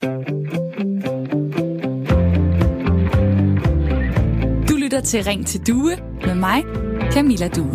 Du lytter til Ring til Due med mig, Camilla Due.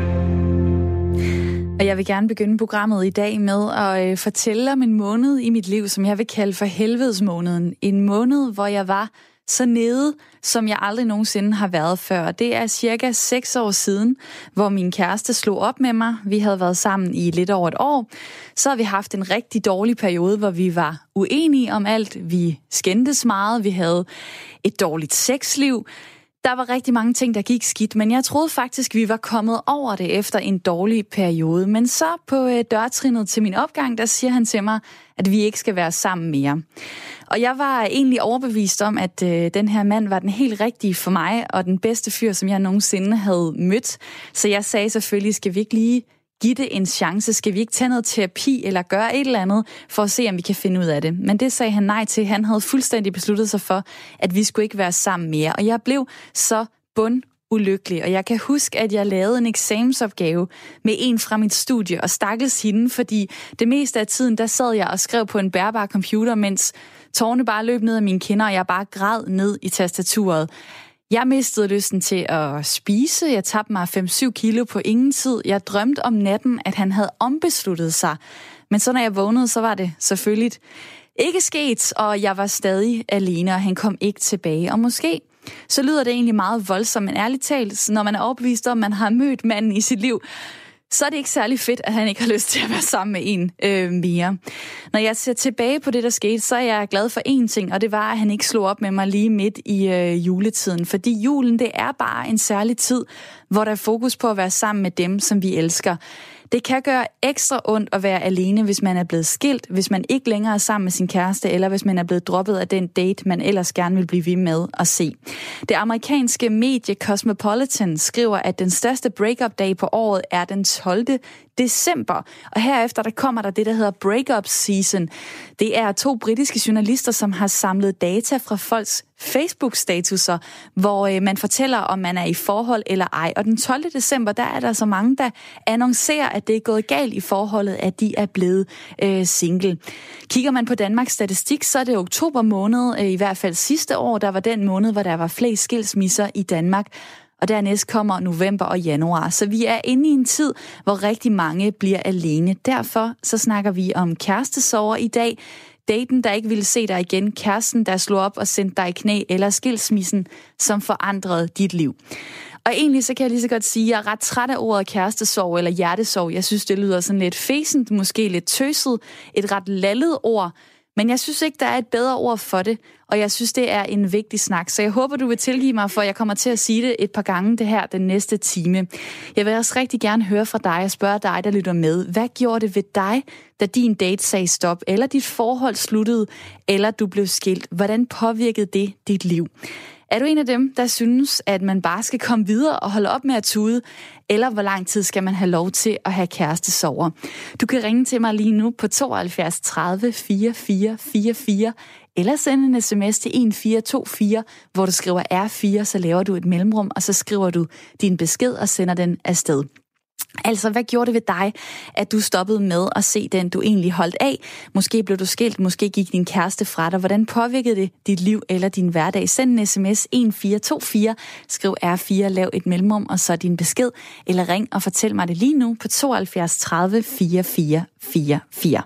Og jeg vil gerne begynde programmet i dag med at fortælle om en måned i mit liv, som jeg vil kalde for helvedesmåneden. En måned, hvor jeg var så nede, som jeg aldrig nogensinde har været før. Det er cirka 6 år siden, hvor min kæreste slog op med mig. Vi havde været sammen i lidt over et år. Så har vi haft en rigtig dårlig periode, hvor vi var uenige om alt. Vi skændtes meget. Vi havde et dårligt sexliv. Der var rigtig mange ting, der gik skidt, men jeg troede faktisk, vi var kommet over det efter en dårlig periode. Men så på dørtrinnet til min opgang, der siger han til mig, at vi ikke skal være sammen mere. Og jeg var egentlig overbevist om, at den her mand var den helt rigtige for mig, og den bedste fyr, som jeg nogensinde havde mødt. Så jeg sagde selvfølgelig, skal vi ikke lige give det en chance? Skal vi ikke tage noget terapi eller gøre et eller andet for at se, om vi kan finde ud af det? Men det sagde han nej til. Han havde fuldstændig besluttet sig for, at vi skulle ikke være sammen mere. Og jeg blev så ulykkelig. Og jeg kan huske, at jeg lavede en eksamensopgave med en fra mit studie, og stakkels hende, fordi det meste af tiden, der sad jeg og skrev på en bærbar computer, mens tårerne bare løb ned af mine kinder, og jeg bare græd ned i tastaturet. Jeg mistede lysten til at spise. Jeg tabte mig 5-7 kilo på ingen tid. Jeg drømte om natten, at han havde ombesluttet sig. Men så når jeg vågnede, så var det selvfølgelig ikke sket, og jeg var stadig alene, og han kom ikke tilbage. Og måske så lyder det egentlig meget voldsomt, men ærligt talt, når man er overbevist om, at man har mødt manden i sit liv, så er det ikke særlig fedt, at han ikke har lyst til at være sammen med en mere. Når jeg ser tilbage på det, der skete, så er jeg glad for én ting, og det var, at han ikke slog op med mig lige midt i juletiden. Fordi julen, det er bare en særlig tid, hvor der er fokus på at være sammen med dem, som vi elsker. Det kan gøre ekstra ondt at være alene, hvis man er blevet skilt, hvis man ikke længere er sammen med sin kæreste, eller hvis man er blevet droppet af den date, man ellers gerne vil blive ved med at se. Det amerikanske medie Cosmopolitan skriver, at den største breakup-dag på året er den 12. december. Og herefter der kommer der det, der hedder breakup season. Det er 2 britiske journalister, som har samlet data fra folks Facebook-statuser, hvor man fortæller, om man er i forhold eller ej. Og den 12. december, der er der så mange, der annoncerer, at det er gået galt i forholdet, at de er blevet single. Kigger man på Danmarks statistik, så er det oktober måned, i hvert fald sidste år, der var den måned, hvor der var flest skilsmisser i Danmark. Og dernæst kommer november og januar. Så vi er inde i en tid, hvor rigtig mange bliver alene. Derfor så snakker vi om kærestesorger i dag. Daten, der ikke ville se dig igen. Kæresten, der slog op og sendte dig i knæ. Eller skilsmissen, som forandrede dit liv. Og egentlig så kan jeg lige så godt sige, at jeg er ret træt af ordet kærestesorg eller hjertesorg. Jeg synes, det lyder sådan lidt fæsent, måske lidt tøset. Et ret lallet ord. Men jeg synes ikke, der er et bedre ord for det, og jeg synes, det er en vigtig snak. Så jeg håber, du vil tilgive mig, for jeg kommer til at sige det et par gange det her den næste time. Jeg vil også rigtig gerne høre fra dig og spørge dig, der lytter med. Hvad gjorde det ved dig, da din date sagde stop, eller dit forhold sluttede, eller du blev skilt? Hvordan påvirkede det dit liv? Er du en af dem, der synes, at man bare skal komme videre og holde op med at tude? Eller hvor lang tid skal man have lov til at have kærestesorger? Du kan ringe til mig lige nu på 72 30 44 44, eller sende en sms til 1424, hvor du skriver R4, så laver du et mellemrum, og så skriver du din besked og sender den afsted. Altså, hvad gjorde det ved dig, at du stoppede med at se den, du egentlig holdt af? Måske blev du skilt, måske gik din kæreste fra dig. Hvordan påvirkede det dit liv eller din hverdag? Send en sms 1424, skriv R4, lav et mellemrum, og så din besked. Eller ring og fortæl mig det lige nu på 72 30 44 44.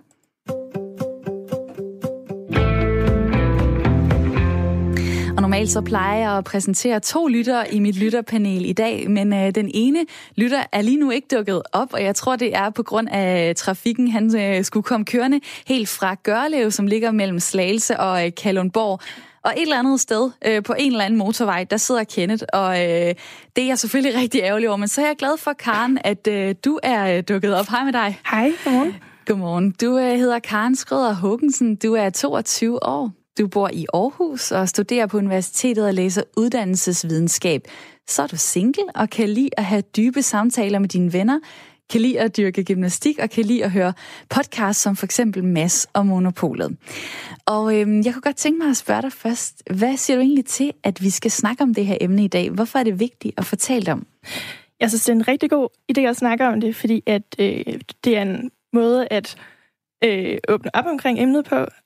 Normalt så plejer jeg at præsentere 2 lyttere i mit lytterpanel i dag, men den ene lytter er lige nu ikke dukket op, og jeg tror, det er på grund af trafikken. Han skulle komme kørende helt fra Gørlev, som ligger mellem Slagelse og Kalundborg. Og et eller andet sted på en eller anden motorvej, der sidder Kenneth, og det er jeg selvfølgelig rigtig ærgerlig over. Men så er jeg glad for, Karen, at du er dukket op. Hej med dig. Hej, godmorgen. Godmorgen. Du hedder Karen Schrøder Haagensen. Du er 22 år. Du bor i Aarhus og studerer på universitetet og læser uddannelsesvidenskab. Så er du single og kan lide at have dybe samtaler med dine venner, kan lide at dyrke gymnastik og kan lide at høre podcasts som for eksempel Mads og Monopolet. Og jeg kunne godt tænke mig at spørge dig først, hvad siger du egentlig til, at vi skal snakke om det her emne i dag? Hvorfor er det vigtigt at fortælle om? Jeg synes, det er en rigtig god idé at snakke om det, fordi at det er en måde at åbne op omkring emnet på,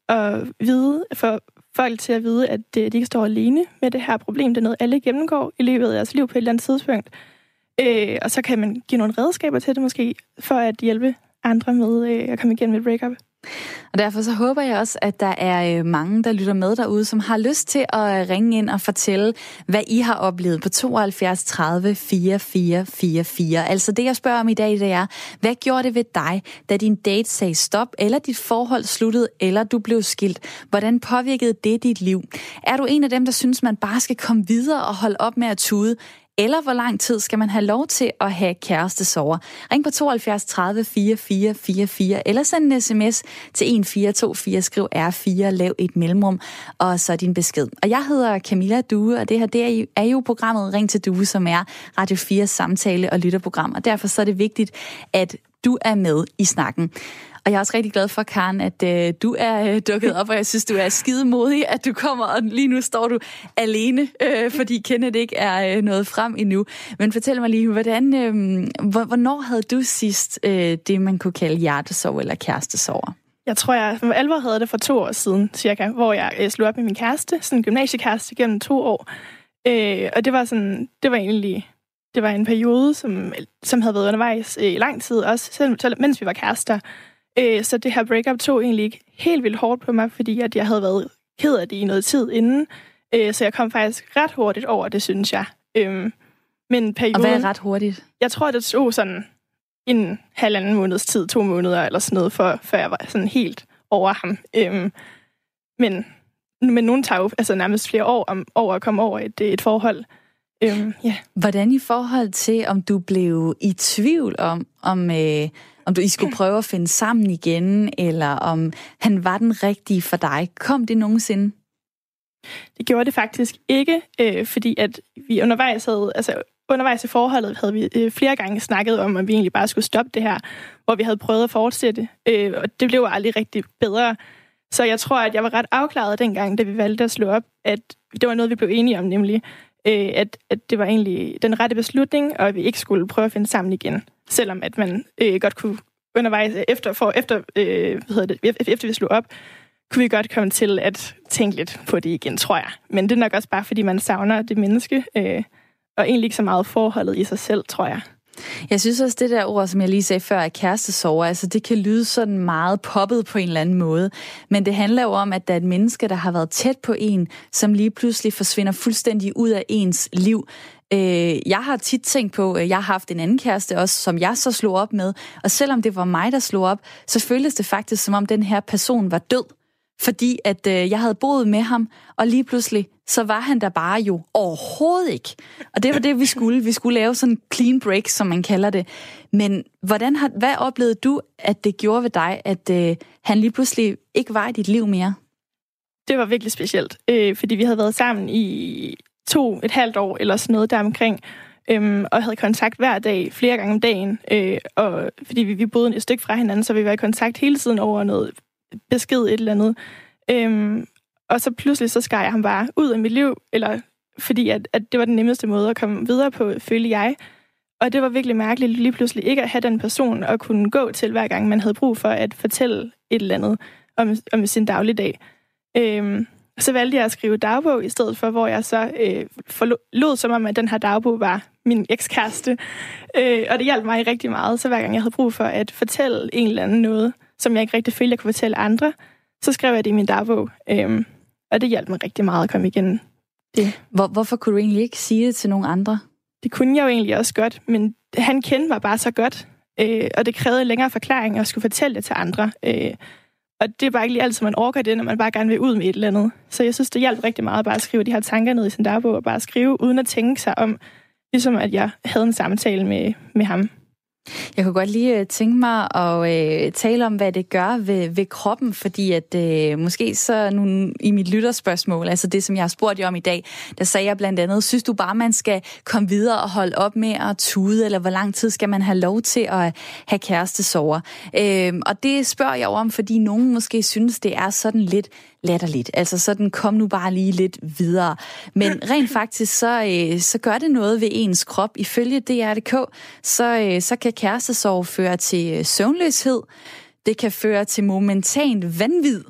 at vide, for folk til at vide, at de ikke står alene med det her problem. Det er noget, alle gennemgår i løbet af deres liv på et eller andet tidspunkt. Og så kan man give nogle redskaber til det måske, for at hjælpe andre med at komme igennem et breakup. Og derfor så håber jeg også, at der er mange, der lytter med derude, som har lyst til at ringe ind og fortælle, hvad I har oplevet på 72 30 44 44. Altså det, jeg spørger om i dag, det er, hvad gjorde det ved dig, da din date sagde stop, eller dit forhold sluttede, eller du blev skilt? Hvordan påvirkede det dit liv? Er du en af dem, der synes, man bare skal komme videre og holde op med at tude? Eller hvor lang tid skal man have lov til at have kærestesorger? Ring på 72 30 44 44, eller send en sms til 1424, skriv R4, lav et mellemrum, og så din besked. Og jeg hedder Camilla Due, og det her det er jo programmet Ring til Due, som er Radio 4's samtale- og lytterprogram. Og derfor så er det vigtigt, at du er med i snakken. Og jeg er også rigtig glad for, Karen, at du er dukket op, og jeg synes, du er skidemodig, at du kommer, og lige nu står du alene, fordi Kenneth ikke er nået frem endnu. Men fortæl mig lige, hvornår havde du sidst det, man kunne kalde hjertesorg eller kærestesorger? Jeg tror, jeg for alvor havde det for 2 år siden, cirka, hvor jeg slog op med min kæreste, sådan en gymnasiekæreste, gennem 2 år. Og det var en periode, som havde været undervejs i lang tid, også selv mens vi var kærester. Så det her breakup tog egentlig ikke helt vildt hårdt på mig, fordi at jeg havde været ked af det i noget tid inden. Så jeg kom faktisk ret hurtigt over det, synes jeg. Men perioden, og hvad er ret hurtigt? Jeg tror, det tog sådan en 1,5 måneds tid, 2 måneder eller sådan noget, før jeg var sådan helt over ham. Men nogen tager jo altså nærmest flere år over at komme over et forhold. Yeah. Hvordan i forhold til, om du blev i tvivl om I skulle prøve at finde sammen igen, eller om han var den rigtige for dig? Kom det nogensinde? Det gjorde det faktisk ikke, fordi at vi undervejs i forholdet havde vi flere gange snakket om, at vi egentlig bare skulle stoppe det her, hvor vi havde prøvet at fortsætte, og det blev aldrig rigtig bedre. Så jeg tror, at jeg var ret afklaret dengang, da vi valgte at slå op, at det var noget, vi blev enige om, nemlig at det var egentlig den rette beslutning, og at vi ikke skulle prøve at finde sammen igen. Selvom at man godt kunne undervejs, efter vi slog op, kunne vi godt komme til at tænke lidt på det igen, tror jeg. Men det er nok også bare, fordi man savner det menneske, og egentlig ikke så meget forholdet i sig selv, tror jeg. Jeg synes også, det der ord, som jeg lige sagde før, er kærestesorger, altså det kan lyde sådan meget poppet på en eller anden måde. Men det handler jo om, at der er et menneske, der har været tæt på en, som lige pludselig forsvinder fuldstændig ud af ens liv. Jeg har tit tænkt på, at jeg har haft en anden kæreste også, som jeg så slog op med. Og selvom det var mig, der slog op, så føltes det faktisk, som om den her person var død. Fordi at jeg havde boet med ham, og lige pludselig, så var han der bare jo overhovedet ikke. Og det var det, vi skulle. Vi skulle lave sådan en clean break, som man kalder det. Men hvad oplevede du, at det gjorde ved dig, at han lige pludselig ikke var i dit liv mere? Det var virkelig specielt, fordi vi havde været sammen i 2,5 år eller sådan noget deromkring, og havde kontakt hver dag, flere gange om dagen. Og fordi vi boede et stykke fra hinanden, så vi var i kontakt hele tiden over noget besked, et eller andet. Og så pludselig så skar jeg ham bare ud af mit liv, eller fordi at det var den nemmeste måde at komme videre på, følte jeg. Og det var virkelig mærkeligt lige pludselig ikke at have den person og kunne gå til, hver gang man havde brug for at fortælle et eller andet om sin dagligdag. Så valgte jeg at skrive dagbog i stedet for, hvor jeg så forlod som om, at den her dagbog var min ekskæreste. Og det hjalp mig rigtig meget. Så hver gang jeg havde brug for at fortælle en eller anden noget, som jeg ikke rigtig følte, jeg kunne fortælle andre, så skrev jeg det i min dagbog. Og det hjalp mig rigtig meget at komme igennem det. Hvorfor kunne du egentlig ikke sige det til nogen andre? Det kunne jeg jo egentlig også godt, men han kendte mig bare så godt. Og det krævede en længere forklaring at skulle fortælle det til andre. Og det er bare ikke lige altid, man orker det, når man bare gerne vil ud med et eller andet. Så jeg synes, det hjalp rigtig meget bare at skrive de her tanker ned i sin dagbog, og bare skrive uden at tænke sig om, ligesom at jeg havde en samtale med ham. Jeg kunne godt lige tænke mig at tale om, hvad det gør ved kroppen, fordi at måske så nu i mit lytterspørgsmål, altså det, som jeg har spurgt jer om i dag, der sagde jeg blandt andet, synes du bare, man skal komme videre og holde op med at tude, eller hvor lang tid skal man have lov til at have kærestesorger? Og det spørger jeg om, fordi nogen måske synes, det er sådan lidt latterligt. Altså sådan, kom nu bare lige lidt videre. Men rent faktisk, så gør det noget ved ens krop. Ifølge DRDK, så kan kærestesorg føre til søvnløshed. Det kan føre til momentant vanvid.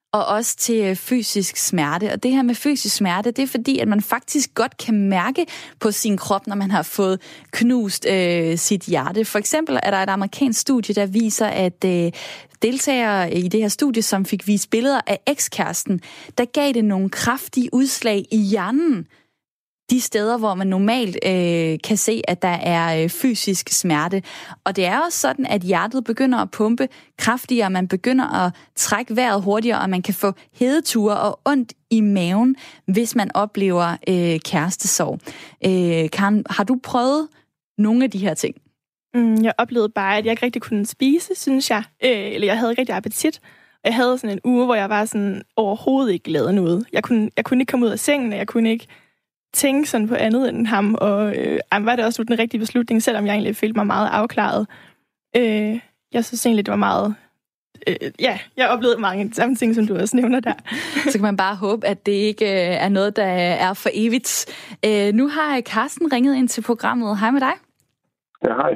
Og også til fysisk smerte. Og det her med fysisk smerte, det er fordi, at man faktisk godt kan mærke på sin krop, når man har fået knust sit hjerte. For eksempel er der et amerikansk studie, der viser, at deltagere i det her studie, som fik vist billeder af ekskæresten, der gav det nogle kraftige udslag i hjernen. De steder, hvor man normalt kan se, at der er fysisk smerte. Og det er også sådan, at hjertet begynder at pumpe kraftigere, man begynder at trække vejret hurtigere, og man kan få hedeture og ondt i maven, hvis man oplever kærestesorg. Karen, har du prøvet nogle af de her ting? Jeg oplevede bare, at jeg ikke rigtig kunne spise, synes jeg. Eller jeg havde ikke rigtig appetit. Jeg havde sådan en uge, hvor jeg var sådan overhovedet ikke lavede noget. Jeg kunne ikke komme ud af sengen, og jeg kunne ikke tænke sådan på andet end ham, og var det også den rigtige beslutning, selvom jeg egentlig følte mig meget afklaret. Jeg synes egentlig, det var meget... jeg oplevede mange samme ting, som du også nævner der. Så kan man bare håbe, at det ikke er noget, der er for evigt. Nu har Carsten ringet ind til programmet. Hej med dig. Ja, hej.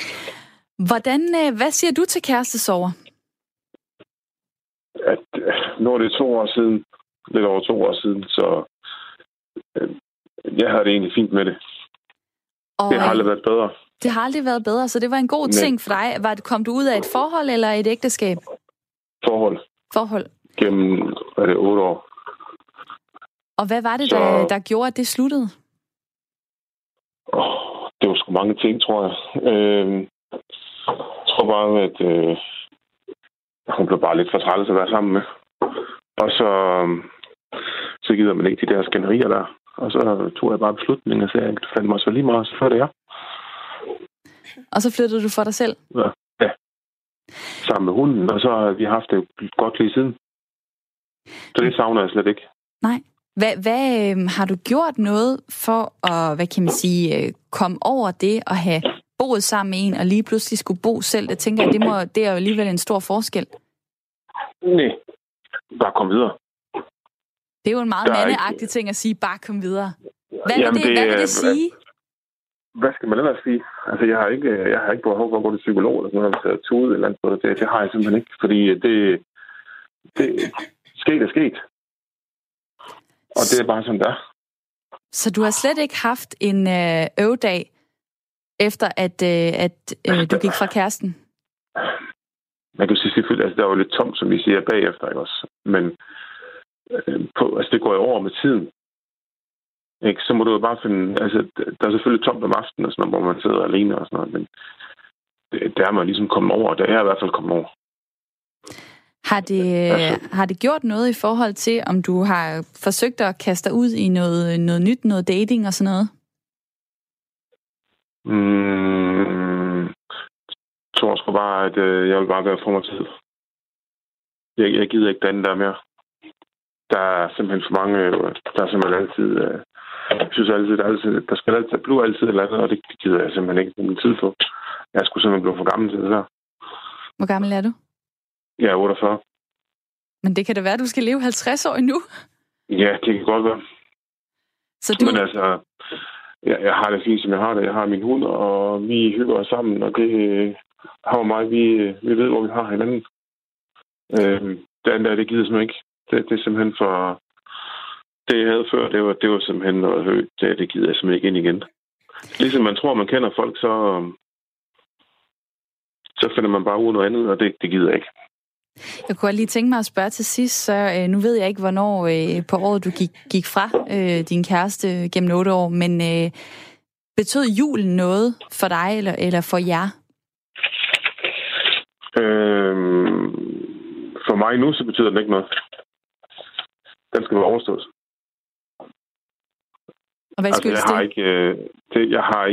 Hvad siger du til kærestesorger? At når det er 2 år siden, lidt over 2 år siden, så jeg havde det egentlig fint med det. Og det har aldrig været bedre. Det har aldrig været bedre, så det var en god ting for dig. Kom du ud af et forhold eller et ægteskab? Forhold. Gennem 8 år. Og hvad var det, der gjorde, at det sluttede? Det var sgu mange ting, tror jeg. Jeg tror bare, at hun blev bare lidt for træls at være sammen med. Og så gider man ikke de der skænderier der. Og så tog jeg bare beslutningen og sagde, at det fandt mig så lige meget, så flyttede jeg. Og så flyttede du for dig selv? Ja. Sammen med hunden, og så har vi haft det godt lige siden. Så det savner jeg slet ikke. Nej. Hvad har du gjort noget for at, komme over det at have boet sammen med en, og lige pludselig skulle bo selv? Jeg tænker, at det er jo alligevel en stor forskel. Nej, bare kom videre. Det er jo en meget mandeagtig ting at sige, bare kom videre. Hvad vil det sige? Hvad skal man ellers sige? Altså, jeg har ikke behov for at gå til psykolog eller sådan noget, tude eller andet. Det har jeg simpelthen ikke, fordi det er sket. Og det er bare sådan der. Så du har slet ikke haft en øvedag, efter at du gik fra kæresten? Man kan sige selvfølgelig, altså der var lidt tomt, som vi siger, bagefter, ikke også? Men det går jo over med tiden. Ikke? Så må du jo bare finde... Altså, der er selvfølgelig tomt om aftenen, og sådan noget, hvor man sidder alene og sådan noget, men der er man ligesom kommet over, og der er i hvert fald kommet over. Har det gjort noget i forhold til, om du har forsøgt at kaste dig ud i noget nyt, noget dating og sådan noget? Jeg tror sgu bare, at jeg vil bare være for mig tid. Jeg gider ikke den der mere. Der er simpelthen for mange... Der er simpelthen altid... Jeg synes altid, der skal altid blive altid eller andet, og det gider jeg simpelthen ikke min tid på. Jeg skulle simpelthen blive for gammel til det der. Hvor gammel er du? Jeg er 48. Men det kan da være, at du skal leve 50 år endnu. Ja, det kan godt være. Men altså, jeg har det fint, som jeg har det. Jeg har min hund, og vi hygger os sammen, og det har mig, vi ved, hvor vi har hinanden. Det andet, det gider simpelthen ikke. Det er simpelthen for... Det, jeg havde før, det var simpelthen noget højt. Det gider jeg simpelthen ikke ind igen. Ligesom man tror, man kender folk, så finder man bare ud noget andet, og det gider jeg ikke. Jeg kunne lige tænke mig at spørge til sidst, så nu ved jeg ikke, hvornår på året du gik fra din kæreste gennem 8 år, men betød julen noget for dig eller for jer? For mig nu, så betyder den ikke noget. Den skal være overstået. Og hvad skyldes det?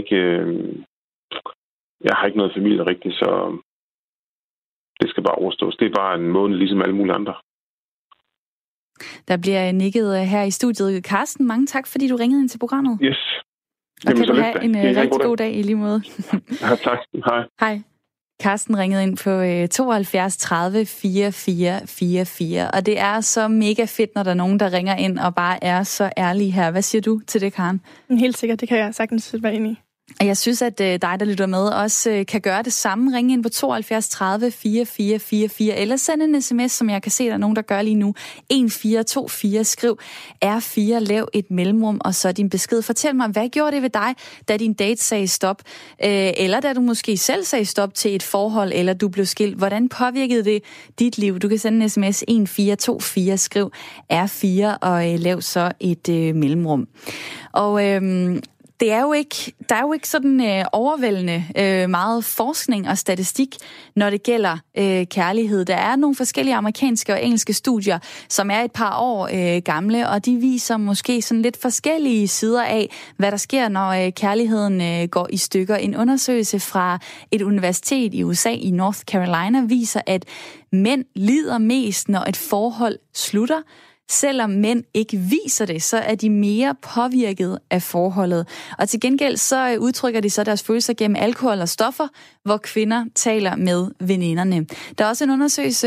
Jeg har ikke noget familie rigtigt, så det skal bare overstås. Det er bare en måned, ligesom alle mulige andre. Der bliver nikket her i studiet. Carsten, mange tak, fordi du ringede ind til programmet. Yes. Og kan du have en rigtig god dag i lige måde. Ja, tak. Hej. Hej. Carsten ringede ind på 72 30 44 44, og det er så mega fedt, når der er nogen, der ringer ind og bare er så ærlige her. Hvad siger du til det, Karen? Helt sikkert, det kan jeg sagtens sætte mig ind i. Og jeg synes, at dig, der lytter med, også kan gøre det samme. Ring ind på 72 30 44 44 eller send en sms, som jeg kan se, der er nogen, der gør lige nu. 1424, skriv R4, lav et mellemrum, og så din besked. Fortæl mig, hvad gjorde det ved dig, da din date sagde stop? Eller da du måske selv sagde stop til et forhold, eller du blev skilt. Hvordan påvirkede det dit liv? Du kan sende en sms 1424, skriv R4, og lav så et mellemrum. Og der er jo ikke sådan overvældende meget forskning og statistik, når det gælder kærlighed. Der er nogle forskellige amerikanske og engelske studier, som er et par år gamle, og de viser måske sådan lidt forskellige sider af, hvad der sker, når kærligheden går i stykker. En undersøgelse fra et universitet i USA i North Carolina viser, at mænd lider mest, når et forhold slutter. Selvom mænd ikke viser det, så er de mere påvirket af forholdet. Og til gengæld så udtrykker de så deres følelser gennem alkohol og stoffer, hvor kvinder taler med veninderne. Der er også en undersøgelse,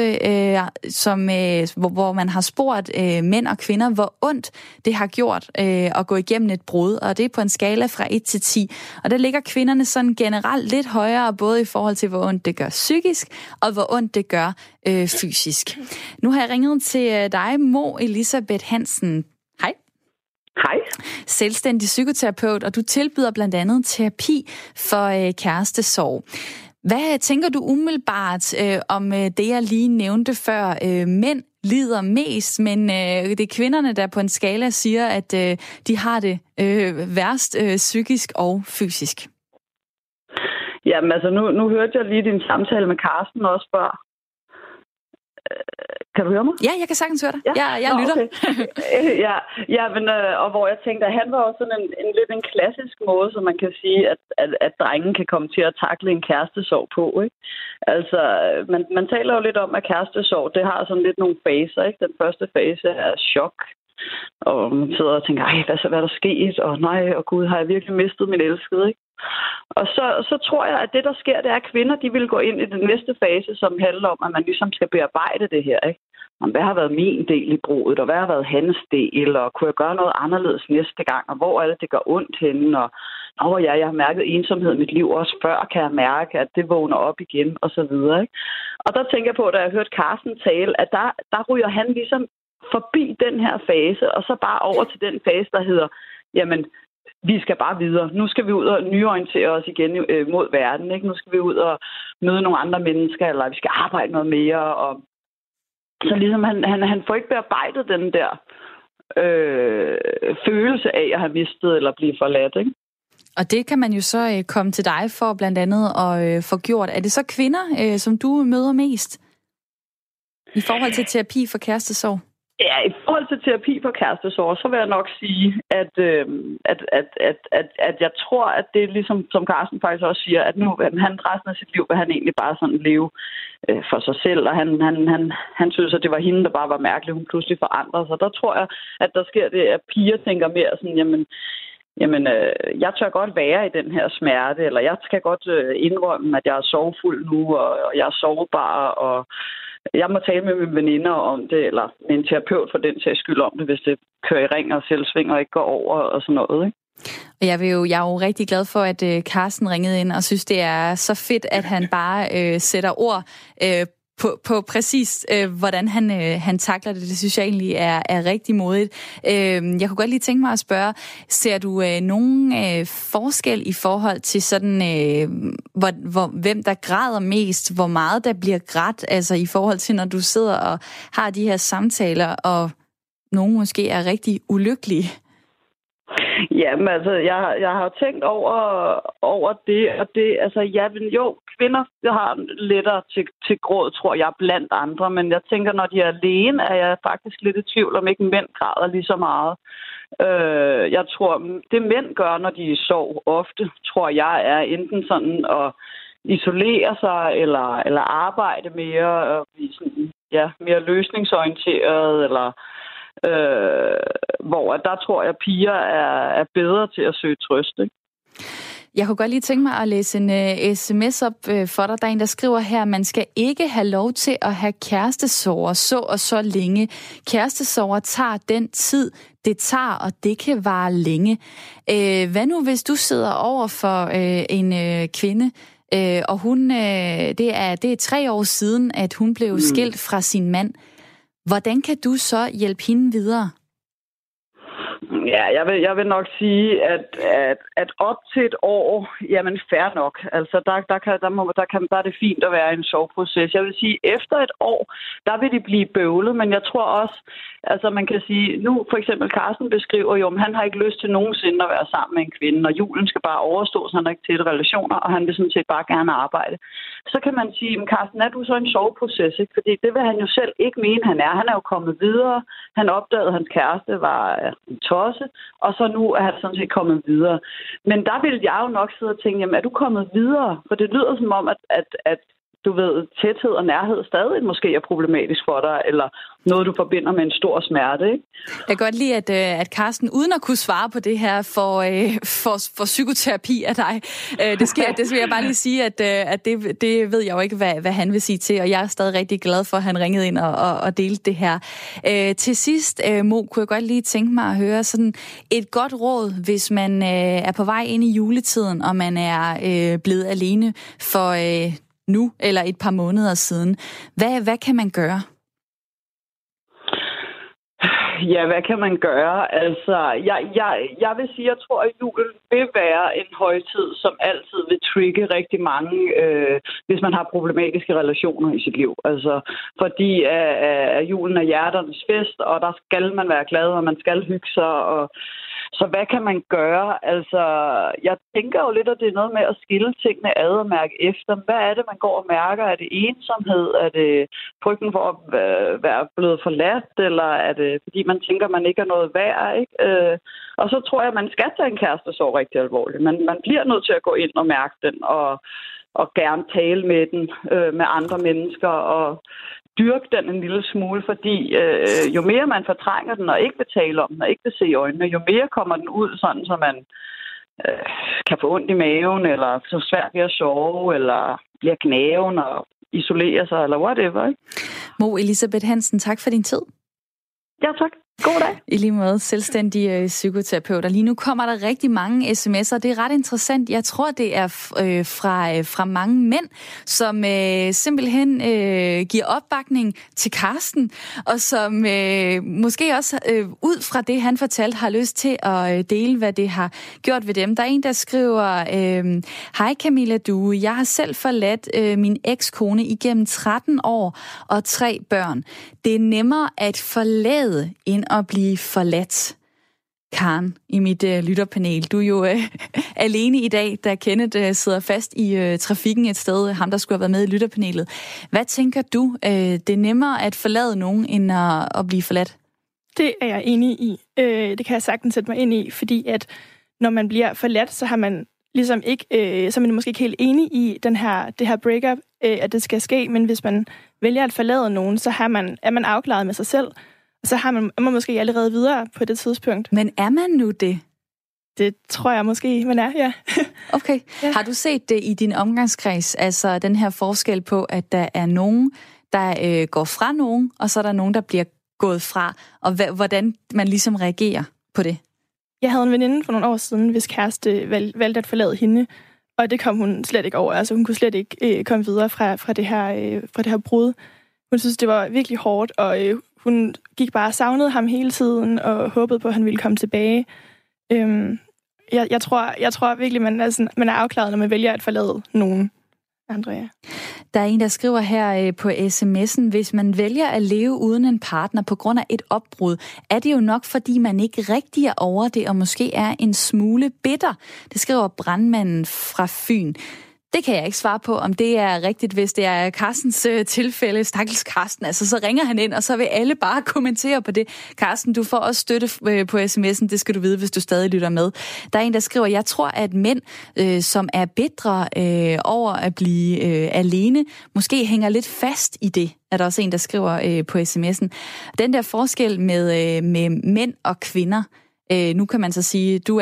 hvor man har spurgt mænd og kvinder, hvor ondt det har gjort at gå igennem et brud. Og det er på en skala fra 1 til 10. Og der ligger kvinderne sådan generelt lidt højere, både i forhold til, hvor ondt det gør psykisk, og hvor ondt det gør fysisk. Nu har jeg ringet til dig, Mo Elisabeth Hansen. Hej. Hej. Selvstændig psykoterapeut, og du tilbyder blandt andet terapi for kærestesorg. Hvad tænker du umiddelbart om det, jeg lige nævnte før? Mænd lider mest, men det er kvinderne, der på en skala siger, at de har det værst psykisk og fysisk. Jamen altså, nu hørte jeg lige din samtale med Carsten også før. Kan du høre mig? Ja, jeg kan sagtens høre dig. Ja. Jeg lytter. Okay. Men, og hvor jeg tænkte, at han var også sådan en klassisk måde, så man kan sige, at drengen kan komme til at takle en kærestesorg på, ikke? Altså, man taler jo lidt om, at kærestesorg, det har sådan lidt nogle faser, ikke? Den første fase er chok, og man sidder og tænker, hvad er der sket? Og nej, og gud, har jeg virkelig mistet min elskede, ikke? Og så tror jeg, at det, der sker, det er, at kvinder, de vil gå ind i den næste fase, som handler om, at man ligesom skal bearbejde det her, ikke? Om hvad har været min del i brudet, og hvad har været hans del, og kunne jeg gøre noget anderledes næste gang, og hvor er det gør ondt henne, og jeg har mærket ensomhed i mit liv også før, kan jeg mærke, at det vågner op igen, og så videre, ikke? Og der tænker jeg på, da jeg hørte Carsten tale, at der ryger han ligesom forbi den her fase, og så bare over til den fase, der hedder, jamen, vi skal bare videre. Nu skal vi ud og nyorientere os igen mod verden, ikke? Nu skal vi ud og møde nogle andre mennesker, eller vi skal arbejde noget mere. Og så ligesom han får ikke bearbejdet den der følelse af at have mistet eller blive forladt, ikke? Og det kan man jo så komme til dig for blandt andet at få gjort. Er det så kvinder, som du møder mest i forhold til terapi for kærestesorg? Ja, i forhold til terapi for kærestesorg, så vil jeg nok sige, at jeg tror, at det er ligesom, som Carsten faktisk også siger, at nu han resten af sit liv vil han egentlig bare sådan leve for sig selv, og han synes, at det var hende, der bare var mærkelig, hun pludselig forandrede sig. Der tror jeg, at der sker det, at piger tænker mere sådan, jamen, jeg tør godt være i den her smerte, eller jeg skal godt indrømme, at jeg er sorgfuld nu, og jeg er sårbar, og jeg må tale med mine veninder om det, eller med en terapeut for den sags skyld om det, hvis det kører i ring og selvsving og ikke går over og sådan noget, ikke? Og jeg er jo rigtig glad for, at Carsten ringede ind og synes, det er så fedt, at han bare sætter ord på præcis, hvordan han takler det. Det synes jeg egentlig er rigtig modigt. Jeg kunne godt lige tænke mig at spørge, ser du nogen forskel i forhold til sådan, hvem der græder mest, hvor meget der bliver grædt, altså i forhold til, når du sidder og har de her samtaler, og nogen måske er rigtig ulykkelige? Jamen altså, jeg har tænkt over det, og det, altså, jo, kvinder har lettere til gråd, tror jeg, blandt andre, men jeg tænker, når de er alene, er jeg faktisk lidt i tvivl, om ikke mænd græder lige så meget. Jeg tror, det mænd gør, når de sover ofte, tror jeg, er enten sådan at isolere sig, eller arbejde mere, og blive sådan, mere løsningsorienteret, eller hvor der tror jeg, piger er bedre til at søge trøst, ikke? Jeg kunne godt lige tænke mig at læse en sms op for dig. Der er en, der skriver her, man skal ikke have lov til at have kærestesorger så og så længe. Kærestesorger tager den tid, det tager, og det kan vare længe. Hvad nu, hvis du sidder over for en kvinde, og hun, det er 3 år siden, at hun blev skilt fra sin mand. Hvordan kan du så hjælpe hende videre? Ja, jeg vil nok sige, at op til et år, jamen fair nok. Altså, der er det fint at være i en sorgproces. Jeg vil sige, efter et år, der vil de blive bøvlet, men jeg tror også, altså man kan sige, nu for eksempel Carsten beskriver jo, at han har ikke lyst til nogensinde at være sammen med en kvinde, og julen skal bare overstå, så han har ikke tætte relationer, og han vil sådan set bare gerne arbejde. Så kan man sige, men Carsten, er du så en sorgproces, ikke? Fordi det vil han jo selv ikke mene, han er. Han er jo kommet videre. Han opdagede, at hans kæreste var en tosse, og så nu er han sådan set kommet videre. Men der vil jeg jo nok sidde og tænke, jamen er du kommet videre? For det lyder som om, at du ved, tæthed og nærhed stadig måske er problematisk for dig, eller noget, du forbinder med en stor smerte, ikke? Jeg kan godt lide, at Carsten, uden at kunne svare på det her, får psykoterapi af dig. Det vil jeg bare lige sige, at det ved jeg jo ikke, hvad han vil sige til, og jeg er stadig rigtig glad for, at han ringede ind og delte det her. Til sidst, Mo, kunne jeg godt lige tænke mig at høre sådan et godt råd, hvis man er på vej ind i juletiden, og man er blevet alene for nu eller et par måneder siden. Hvad kan man gøre? Ja, hvad kan man gøre? Altså, jeg vil sige, jeg tror, at julen vil være en højtid, som altid vil trigge rigtig mange, hvis man har problematiske relationer i sit liv. Altså, fordi julen er hjerternes fest, og der skal man være glad, og man skal hygge sig, og så hvad kan man gøre? Altså, jeg tænker jo lidt, at det er noget med at skille tingene ad og mærke efter. Hvad er det, man går og mærker? Er det ensomhed? Er det frygten for at være blevet forladt? Eller er det, fordi man tænker, man ikke er noget værd? Ikke? Og så tror jeg, at man skal tage en kærestesorg rigtig alvorligt. Man bliver nødt til at gå ind og mærke den, og gerne tale med den, med andre mennesker, og dyrke den en lille smule, fordi jo mere man fortrænger den og ikke vil tale om den og ikke vil se i øjnene, jo mere kommer den ud, sådan så man kan få ondt i maven, eller så svært ved at sove, eller bliver gnaven og isolere sig, eller whatever. Ikke? Mo Elisabeth Hansen, tak for din tid. Ja, tak. God dag. I lige måde, selvstændige psykoterapeuter. Lige nu kommer der rigtig mange sms'er. Det er ret interessant. Jeg tror, det er fra mange mænd, som simpelthen giver opbakning til Carsten, og som måske også ud fra det, han fortalte, har lyst til at dele, hvad det har gjort ved dem. Der er en, der skriver, hej Camilla Due, jeg har selv forladt min ekskone igennem 13 år og 3 børn. Det er nemmere at forlade end at blive forladt. Karen, i mit lytterpanel. Du er jo alene i dag, da Kenneth sidder fast i trafikken et sted, ham der skulle have været med i lytterpanelet. Hvad tænker du? Det er nemmere at forlade nogen, end at blive forladt? Det er jeg enig i. Det kan jeg sagtens sætte mig ind i, fordi at når man bliver forladt, så har man ligesom ikke, så er man måske ikke helt enig i det her breakup, at det skal ske, men hvis man vælger at forlade nogen, så er man afklaret med sig selv, så er man måske allerede videre på det tidspunkt. Men er man nu det? Det tror jeg måske, man er, ja. Okay. Ja. Har du set det i din omgangskreds? Altså den her forskel på, at der er nogen, der går fra nogen, og så er der nogen, der bliver gået fra, og hvordan man ligesom reagerer på det? Jeg havde en veninde for nogle år siden, hvis kæreste valgte at forlade hende, og det kom hun slet ikke over. Altså hun kunne slet ikke komme videre fra det her brud. Hun synes, det var virkelig hårdt, og hun gik bare og savnede ham hele tiden, og håbede på, at han ville komme tilbage. Jeg tror virkelig, man er afklaret, når man vælger at forlade nogen andre, ja. Der er en, der skriver her på sms'en, hvis man vælger at leve uden en partner på grund af et opbrud, er det jo nok, fordi man ikke rigtig er over det, og måske er en smule bitter. Det skriver brandmanden fra Fyn. Det kan jeg ikke svare på, om det er rigtigt, hvis det er Carstens tilfælde. Stakkels Carsten, altså så ringer han ind, og så vil alle bare kommentere på det. Carsten, du får også støtte på sms'en, det skal du vide, hvis du stadig lytter med. Der er en, der skriver, jeg tror, at mænd, som er bitre over at blive alene, måske hænger lidt fast i det, er der også en, der skriver på sms'en. Den der forskel med mænd og kvinder, nu kan man så sige, du er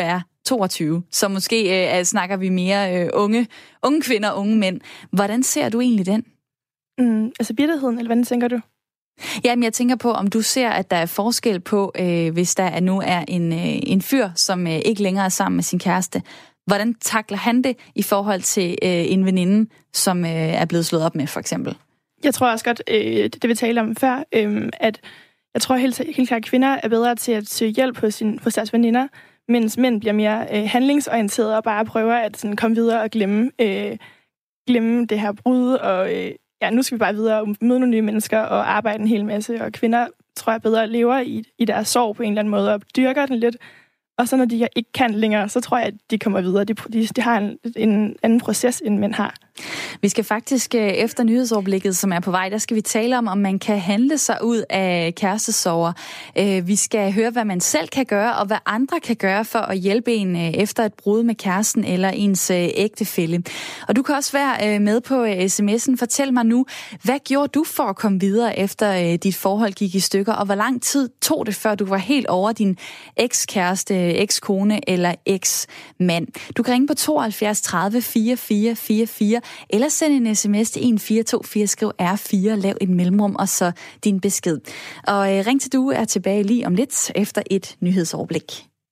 22, så måske snakker vi mere unge kvinder og unge mænd. Hvordan ser du egentlig den? Altså bitterheden, eller hvordan tænker du? Jamen, jeg tænker på, om du ser, at der er forskel på, hvis der nu er en fyr, som ikke længere er sammen med sin kæreste. Hvordan takler han det i forhold til en veninde, som er blevet slået op med, for eksempel? Jeg tror også godt, det vi talte om før, at jeg tror helt klart, at kvinder er bedre til at søge hjælp hos deres veninder, mens mænd bliver mere handlingsorienterede og bare prøver at sådan, komme videre og glemme det her brud, og nu skal vi bare videre og møde nogle nye mennesker og arbejde en hel masse, og kvinder, tror jeg, bedre lever i deres sorg på en eller anden måde og dyrker den lidt. Og så når de ikke kan længere, så tror jeg, at de kommer videre. De har en anden proces, end mænd har. Vi skal faktisk efter nyhedsoverblikket, som er på vej, der skal vi tale om man kan handle sig ud af kærestesorger. Vi skal høre, hvad man selv kan gøre, og hvad andre kan gøre for at hjælpe en efter et brud med kæresten eller ens ægtefælle. Og du kan også være med på sms'en. Fortæl mig nu, hvad gjorde du for at komme videre efter dit forhold gik i stykker, og hvor lang tid tog det, før du var helt over din ekskæreste, ekskone eller eksmand? Du kan ringe på 72 30 44 44 eller send en sms til 1424, skriv R4, lav et mellemrum og så din besked. Og ring til du er tilbage lige om lidt efter et nyhedsoverblik.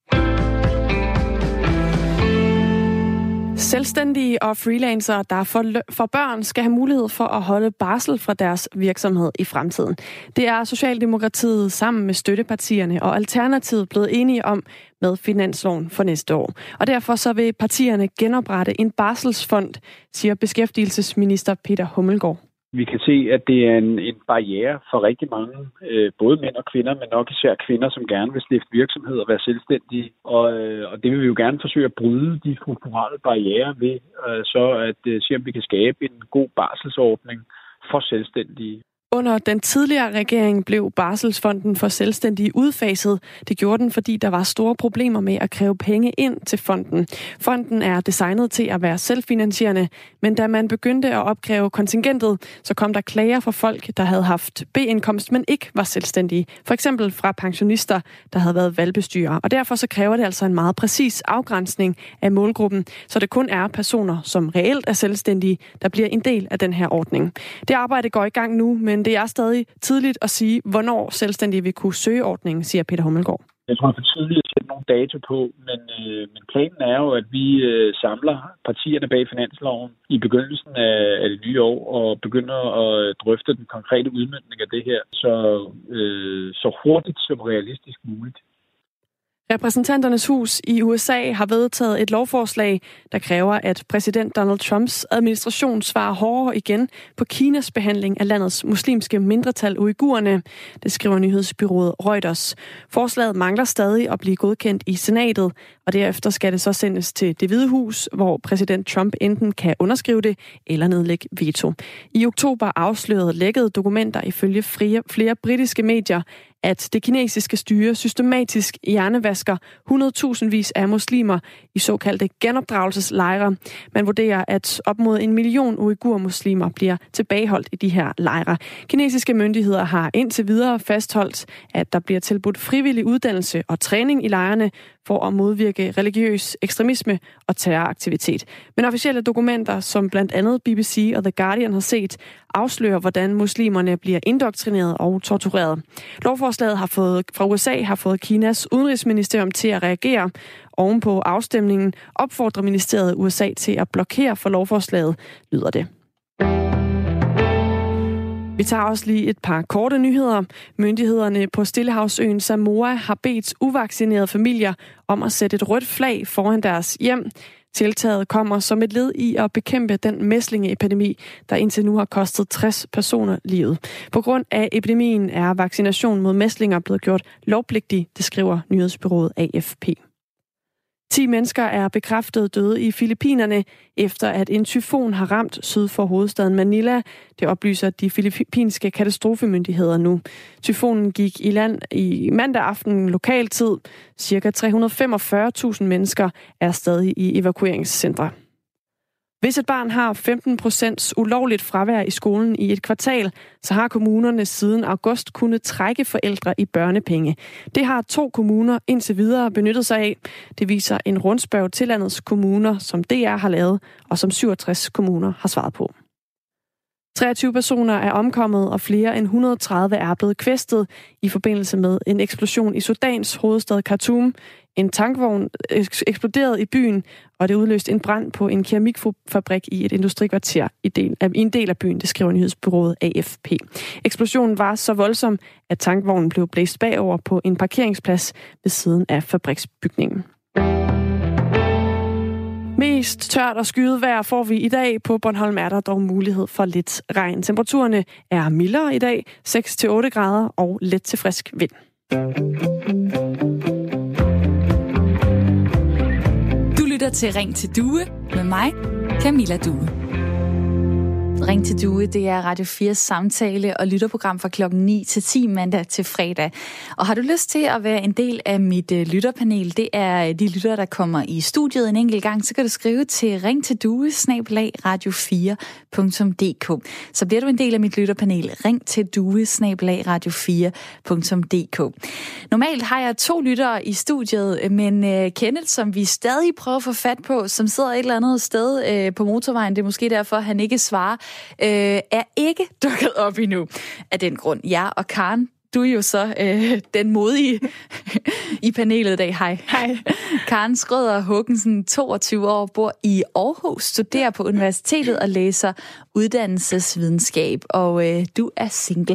Selvstændige og freelancere, der for børn, skal have mulighed for at holde barsel fra deres virksomhed i fremtiden. Det er Socialdemokratiet sammen med støttepartierne og Alternativet blevet enige om med finansloven for næste år. Og derfor så vil partierne genoprette en barselsfond, siger beskæftigelsesminister Peter Hummelgaard. Vi kan se, at det er en barriere for rigtig mange, både mænd og kvinder, men nok især kvinder, som gerne vil stifte virksomhed og være selvstændige. Og det vil vi jo gerne forsøge at bryde de strukturelle barrierer ved, så at se, om vi kan skabe en god barselsordning for selvstændige. Under den tidligere regering blev Barselsfonden for selvstændige udfaset. Det gjorde den, fordi der var store problemer med at kræve penge ind til fonden. Fonden er designet til at være selvfinansierende, men da man begyndte at opkræve kontingentet, så kom der klager fra folk, der havde haft B-indkomst, men ikke var selvstændige. For eksempel fra pensionister, der havde været valgbestyrere. Og derfor så kræver det altså en meget præcis afgrænsning af målgruppen, så det kun er personer, som reelt er selvstændige, der bliver en del af den her ordning. Det arbejde går i gang nu, men det er stadig tidligt at sige, hvornår selvstændige vil kunne søge ordningen, siger Peter Hummelgaard. Jeg tror, det er for tidligt at sætte nogle dato på, men planen er jo, at vi samler partierne bag finansloven i begyndelsen af det nye år og begynder at drøfte den konkrete udmøntning af det her så hurtigt som realistisk muligt. Repræsentanternes hus i USA har vedtaget et lovforslag, der kræver, at præsident Donald Trumps administration svarer hårdere igen på Kinas behandling af landets muslimske mindretal uigurerne. Det skriver nyhedsbyrået Reuters. Forslaget mangler stadig at blive godkendt i senatet, og derefter skal det så sendes til Det Hvide Hus, hvor præsident Trump enten kan underskrive det eller nedlægge veto. I oktober afslørede lækkede dokumenter ifølge flere britiske medier, at det kinesiske styre systematisk hjernevasker 100.000 af muslimer i såkaldte genopdragelseslejre. Man vurderer, at op mod 1 million uigur-muslimer bliver tilbageholdt i de her lejre. Kinesiske myndigheder har indtil videre fastholdt, at der bliver tilbudt frivillig uddannelse og træning i lejrene for at modvirke religiøs ekstremisme og terroraktivitet. Men officielle dokumenter, som blandt andet BBC og The Guardian har set, afslører, hvordan muslimerne bliver indoktrineret og tortureret. Lovforslaget fra USA har fået Kinas udenrigsministerium til at reagere. Ovenpå afstemningen opfordrer ministeriet USA til at blokere for lovforslaget, lyder det. Vi tager også lige et par korte nyheder. Myndighederne på Stillehavsøen Samoa har bedt uvaccinerede familier om at sætte et rødt flag foran deres hjem. Tiltaget kommer som et led i at bekæmpe den mæslingeepidemi, der indtil nu har kostet 60 personer livet. På grund af epidemien er vaccination mod mæslinger blevet gjort lovpligtig, det skriver nyhedsbureauet AFP. 10 mennesker er bekræftet døde i Filippinerne, efter at en tyfon har ramt syd for hovedstaden Manila. Det oplyser de filippinske katastrofemyndigheder nu. Tyfonen gik i land i mandag aften lokaltid. Cirka 345.000 mennesker er stadig i evakueringscentre. Hvis et barn har 15% ulovligt fravær i skolen i et kvartal, så har kommunerne siden august kunnet trække forældre i børnepenge. Det har 2 kommuner indtil videre benyttet sig af. Det viser en rundspørg til landets kommuner, som DR har lavet, og som 67 kommuner har svaret på. 23 personer er omkommet, og flere end 130 er blevet kvæstet i forbindelse med en eksplosion i Sudans hovedstad Khartoum. En tankvogn eksploderede i byen, og det udløste en brand på en keramikfabrik i et industrikvarter i en del af byen, det skriver nyhedsbureauet AFP. Eksplosionen var så voldsom, at tankvognen blev blæst bagover på en parkeringsplads ved siden af fabriksbygningen. Mest tørt og skyet vejr får vi i dag. På Bornholm er der dog mulighed for lidt regn. Temperaturerne er mildere i dag, 6-8 grader og let til frisk vind. Du lytter til Ring til Due med mig, Camilla Due. Ring til Due, det er Radio 4's samtale- og lytterprogram fra klokken 9 til 10 mandag til fredag. Og har du lyst til at være en del af mit lytterpanel, det er de lyttere, der kommer i studiet en enkelt gang, så kan du skrive til ringtildue@radio4.dk. Så bliver du en del af mit lytterpanel. Ring til due@radio4.dk. Normalt har jeg 2 lyttere i studiet, men Kenneth, som vi stadig prøver at få fat på, som sidder et eller andet sted på motorvejen, det er måske derfor, han ikke svarer, er ikke dukket op endnu af den grund. Ja, og Karen, du er jo så den modige i panelet i dag. Hej. Hej. Karen Schrøder Hågensen, 22 år, bor i Aarhus, studerer på universitetet og læser uddannelsesvidenskab, og du er single.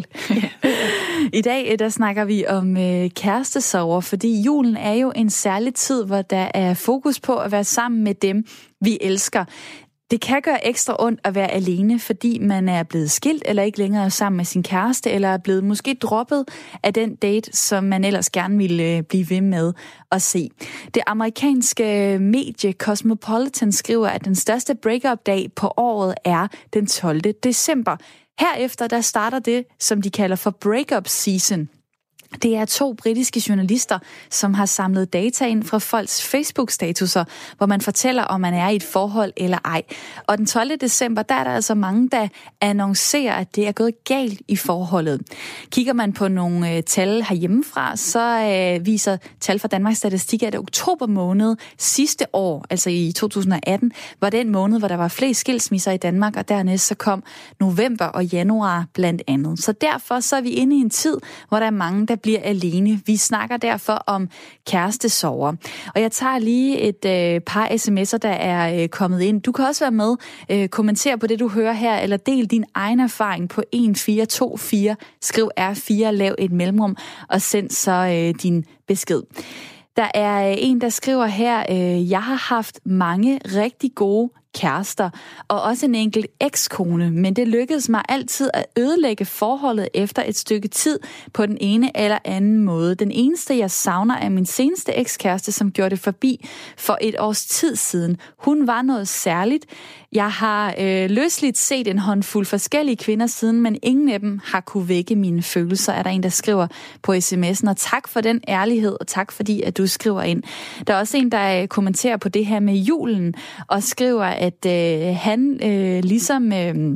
I dag der snakker vi om kærestesorger, fordi julen er jo en særlig tid, hvor der er fokus på at være sammen med dem, vi elsker. Det kan gøre ekstra ondt at være alene, fordi man er blevet skilt, eller ikke længere sammen med sin kæreste, eller er blevet måske droppet af den date, som man ellers gerne ville blive ved med at se. Det amerikanske medie Cosmopolitan skriver, at den største break-up-dag på året er den 12. december. Herefter der starter det, som de kalder for break-up season. Det er 2 britiske journalister, som har samlet data ind fra folks Facebook-statuser, hvor man fortæller, om man er i et forhold eller ej. Og den 12. december, der er der altså mange, der annoncerer, at det er gået galt i forholdet. Kigger man på nogle tal herhjemmefra, så viser tal fra Danmarks Statistik, at oktober måned sidste år, altså i 2018, var den måned, hvor der var flest skilsmisser i Danmark, og dernæst så kom november og januar blandt andet. Så derfor så er vi inde i en tid, hvor der er mange, der bliver alene. Vi snakker derfor om kærestesorger. Og jeg tager lige et par sms'er, der er kommet ind. Du kan også være med, kommentere på det, du hører her, eller del din egen erfaring på 1424. Skriv R4, lav et mellemrum, og send så din besked. Der er en, der skriver her, jeg har haft mange rigtig gode kærester, og også en enkelt ekskone, men det lykkedes mig altid at ødelægge forholdet efter et stykke tid på den ene eller anden måde. Den eneste, jeg savner, er min seneste ekskæreste, som gjorde det forbi for et års tid siden. Hun var noget særligt. Jeg har løsligt set en håndfuld forskellige kvinder siden, men ingen af dem har kunne vække mine følelser, er der en, der skriver på sms'en. Og tak for den ærlighed, og tak fordi, at du skriver ind. Der er også en, der kommenterer på det her med julen, og skriver, at han ligesom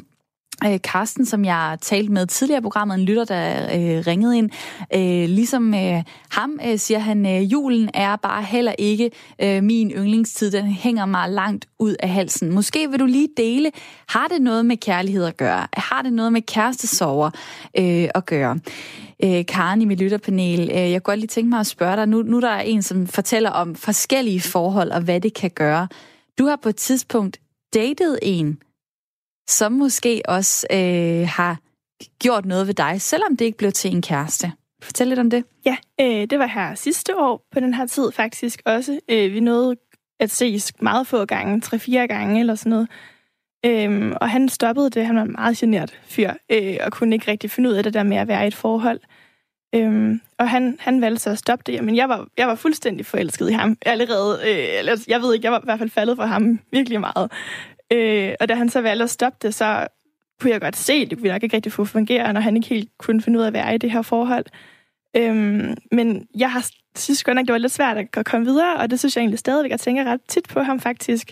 Karsten, som jeg talte med tidligere i programmet, en lytter, der ringede ind, ligesom ham siger han, julen er bare heller ikke min yndlingstid, den hænger mig langt ud af halsen. Måske vil du lige dele, har det noget med kærlighed at gøre? Har det noget med kærestesorger at gøre? Karen i mit lytterpanel, jeg kunne godt lige tænke mig at spørge dig, nu der er en, som fortæller om forskellige forhold og hvad det kan gøre. Du har på et tidspunkt datet en, som måske også har gjort noget ved dig, selvom det ikke blev til en kæreste. Fortæl lidt om det. Ja, det var her sidste år på den her tid faktisk også. Vi nåede at ses meget få gange, 3-4 gange eller sådan noget. Og han stoppede det. Han var en meget genert fyr, og kunne ikke rigtig finde ud af det der med at være i et forhold. Og han valgte så at stoppe det. Men jeg var fuldstændig forelsket i ham. Allerede, jeg ved ikke, jeg var i hvert fald faldet for ham virkelig meget. Og da han så valgte at stoppe det, så kunne jeg godt se, at det kunne nok ikke rigtig få fungere, når han ikke helt kunne finde ud af at være i det her forhold. Men jeg synes godt nok, det var lidt svært at komme videre, og det synes jeg egentlig stadigvæk, jeg tænker ret tit på ham faktisk.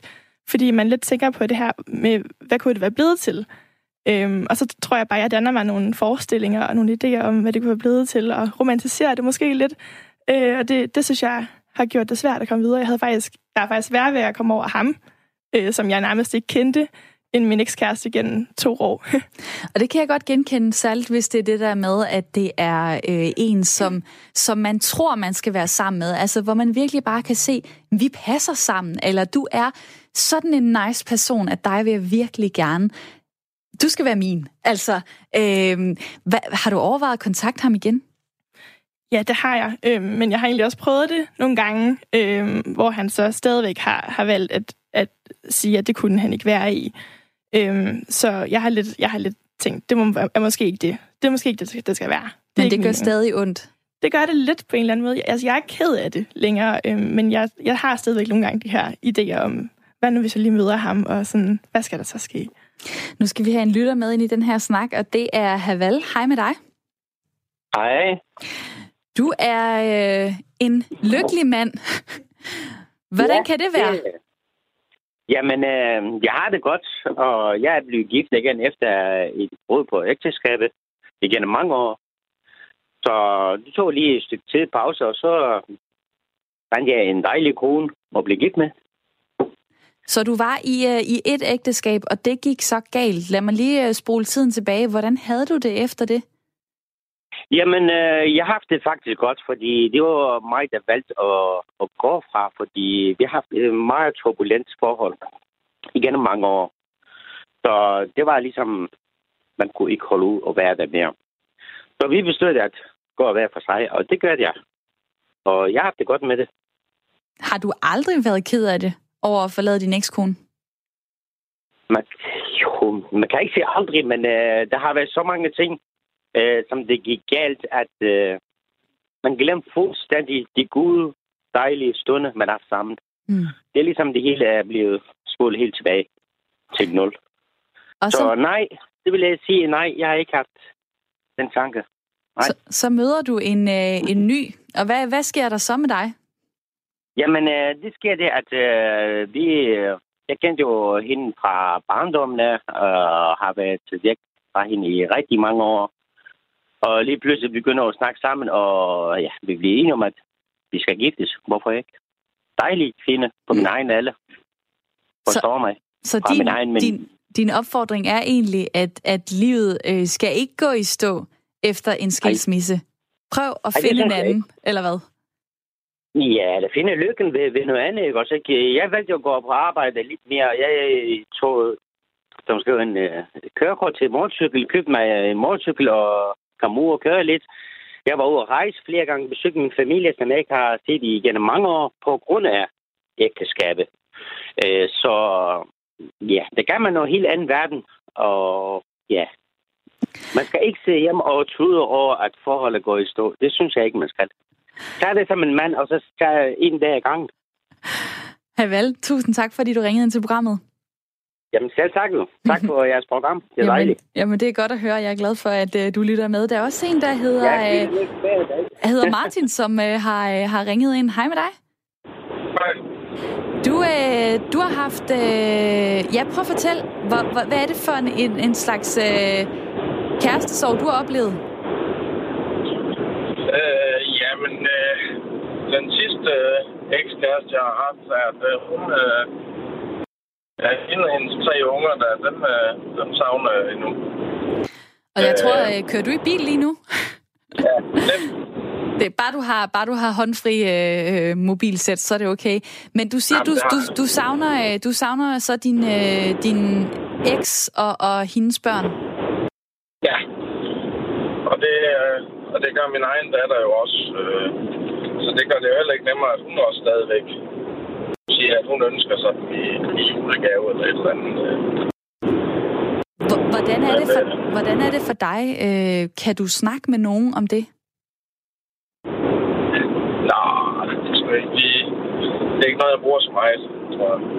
fordi man lidt tænker på det her med, hvad kunne det være blevet til? Og så tror jeg bare, at jeg danner mig nogle forestillinger og nogle idéer om, hvad det kunne være blevet til, og romantiserer det måske lidt. Og det synes jeg har gjort det svært at komme videre. Jeg er faktisk værd ved at komme over ham, som jeg nærmest ikke kendte, end min ekskæreste gennem 2 år. Og det kan jeg godt genkende, særligt hvis det er det der med, at det er en, som man tror, man skal være sammen med. Altså, hvor man virkelig bare kan se, vi passer sammen, eller du er sådan en nice person, at dig vil jeg virkelig gerne. Du skal være min. Altså, har du overvejet at kontakte ham igen? Ja, det har jeg. Men jeg har egentlig også prøvet det nogle gange, hvor han så stadigvæk har valgt at sige, at det kunne han ikke være i. Så jeg har lidt tænkt, det er måske ikke det. Det er måske ikke det skal være. Men det gør stadig ondt. Det gør det lidt på en eller anden måde. Altså, jeg er ked af det længere, men jeg har stadigvæk nogle gange de her idéer om, hvad nu hvis jeg lige møder ham, og sådan, hvad skal der så ske? Nu skal vi have en lytter med ind i den her snak, og det er Haval. Hej med dig. Hej. Du er en lykkelig mand. Hvordan kan det være? Jamen, jeg har det godt, og jeg er blevet gift igen efter et brud på ægteskabet igennem mange år. Så det tog lige et stykke tid pause, og så fandt jeg en dejlig kone at blive gift med. Så du var i et ægteskab, og det gik så galt. Lad mig lige spole tiden tilbage. Hvordan havde du det efter det? Jamen, jeg har haft det faktisk godt, fordi det var mig, der valgte at gå fra, fordi vi har haft et meget turbulent forhold igennem mange år. Så det var ligesom, man kunne ikke holde ud og være der mere. Så vi besluttede at gå og være for sig, og det gør jeg. Og jeg har haft det godt med det. Har du aldrig været ked af det over at forlade din ekskone? Man kan ikke sige aldrig, men der har været så mange ting, som det gik galt, at man glemte fuldstændig de gode, dejlige stunder, man har haft sammen. Mm. Det er ligesom det hele er blevet spolet helt tilbage til 0. Så nej, det vil jeg sige, nej, jeg har ikke haft den tanke. Så møder du en ny, og hvad sker der så med dig? Jamen, det sker det, at jeg kendte jo hende fra barndommen og har været væk fra hende i rigtig mange år. Og lige pludselig begynder at snakke sammen, og ja, vi bliver enige om, at vi skal giftes. Hvorfor ikke? Dejlig kvinde på min egen alder. Forstår mig. Så din opfordring er egentlig, at livet skal ikke gå i stå efter en skilsmisse. Prøv at finde en anden, eller hvad? Ja, eller finde lykken ved noget andet. Ikke? Også, ikke? Jeg valgte at gå på arbejde lidt mere. Jeg tog en kørekort til motorcykel, købte mig en motorcykel og kom ud og køre lidt. Jeg var ude at rejse flere gange, besøgte min familie, som jeg ikke har set igennem mange år, på grund af ægteskabet. Så ja, det gør man noget helt anden verden. Og ja, man skal ikke se hjem og tude over, at forholdet går i stå. Det synes jeg ikke, man skal. Tag det som en mand, og så tag en dag i gang. Haval, tusind tak, fordi du ringede ind til programmet. Jamen selv tak jo. Tak for jeres program. Det er dejligt. Jamen det er godt at høre. Jeg er glad for, at du lytter med. Der er også en, der hedder Martin, som har ringet ind. Hej med dig. Hej. Du har haft... prøv at fortælle, hvad er det for en slags kærestesorg, du har oplevet? Den sidste ekskæreste, jeg har haft, er, at hun... hende og hendes 3 unger, dem savner jeg endnu. Og jeg tror, kører du i bil lige nu? Ja, det er bare du har håndfri mobilsæt, så er det okay. Men du siger, du savner så din eks og hendes børn. Ja. Og det gør min egen datter jo også. Så det gør det jo heller ikke nemmere, at hun også stadigvæk siger, at hun ønsker sig i julegave eller et eller andet. Hvordan er det for dig? Kan du snakke med nogen om det? Nej, det er ikke noget, jeg bruger så meget, tror jeg.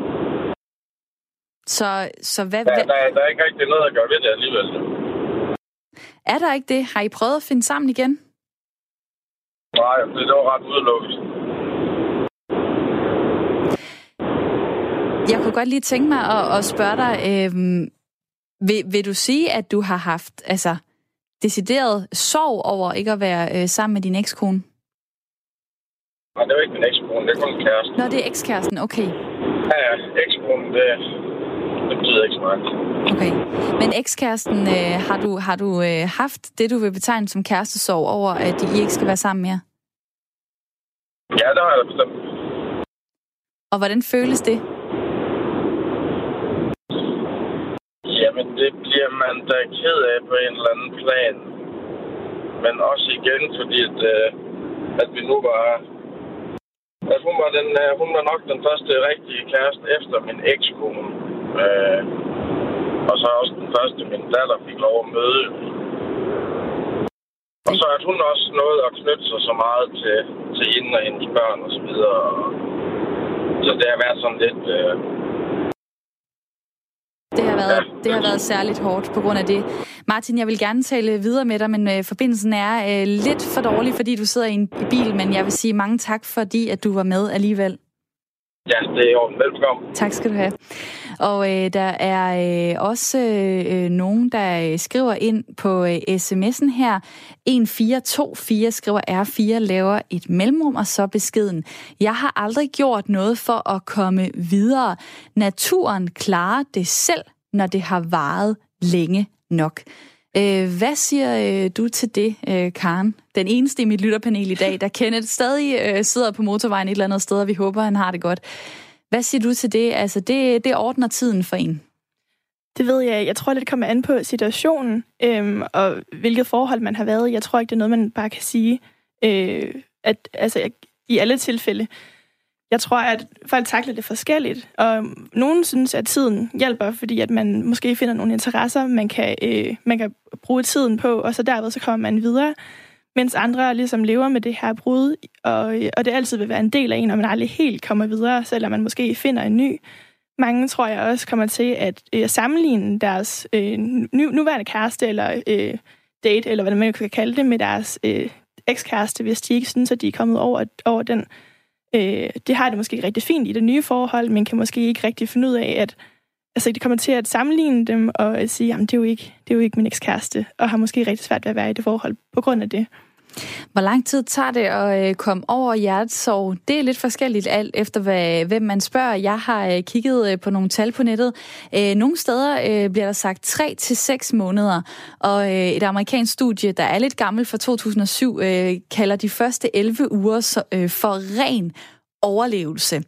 Så hvad... Der er ikke rigtig noget, der gør ved det alligevel. Er der ikke det? Har I prøvet at finde sammen igen? Nej, det var ret udelukket. Jeg kunne godt lige tænke mig at spørge dig, vil du sige, at du har haft decideret sorg over ikke at være sammen med din ekskone? Nej, det er jo ikke min ekskone, det er kun kæresten. Nå, det er ekskæresten, okay. Ja, ekskonen, det betyder ikke så meget. Okay. Men ekskæresten, har du haft det, du vil betegne som kærestesorg over, at I ikke skal være sammen mere? Ja, det har jeg bestemt. Og hvordan føles det? Jamen, det bliver man da ked af på en eller anden plan. Men også igen, fordi at vi nu var... At hun var nok den første rigtige kæreste efter min ekskone. Og så også den første, min datter fik lov at møde. Og så at hun også nåede at knytte sig så meget til hende og hendes børn og så videre. Så det har været sådan lidt... Det har været særligt hårdt på grund af det. Martin, jeg vil gerne tale videre med dig, men forbindelsen er lidt for dårlig, fordi du sidder i en bil, men jeg vil sige mange tak, fordi at du var med alligevel. Ja, det er jo velkommen. Tak skal du have. Og der er også nogen, der skriver ind på sms'en her. 1424 skriver R4, laver et mellemrum og så beskeden. Jeg har aldrig gjort noget for at komme videre. Naturen klarer det selv, når det har varet længe nok. Hvad siger du til det, Karen? Den eneste i mit lytterpanel i dag, der Kenneth stadig sidder på motorvejen et eller andet sted, og vi håber, han har det godt. Hvad siger du til det? Altså, det ordner tiden for en. Det ved jeg. Jeg tror lidt, det kommer an på situationen, og hvilket forhold man har været i. Jeg tror ikke, det er noget, man bare kan sige, i alle tilfælde. Jeg tror, at folk takler det forskelligt, og nogen synes, at tiden hjælper, fordi at man måske finder nogle interesser, man kan bruge tiden på, og så derved så kommer man videre, mens andre ligesom lever med det her brud, og det altid vil være en del af en, og man aldrig helt kommer videre, selvom man måske finder en ny. Mange tror jeg også kommer til at sammenligne deres nuværende kæreste, eller date, eller hvad man kan kalde det, med deres ekskæreste, hvis de ikke synes, at de er kommet over den. Det har det måske ikke rigtig fint i det nye forhold, men kan måske ikke rigtig finde ud af, at de kommer til at sammenligne dem og sige, jamen det er jo ikke min ekskæreste, og har måske rigtig svært ved at være i det forhold på grund af det. Hvor lang tid tager det at komme over hjertesorg? Det er lidt forskelligt alt efter, hvem man spørger. Jeg har kigget på nogle tal på nettet. Nogle steder bliver der sagt 3 til 6 måneder, og et amerikansk studie, der er lidt gammel fra 2007, kalder de første 11 uger for ren overlevelse.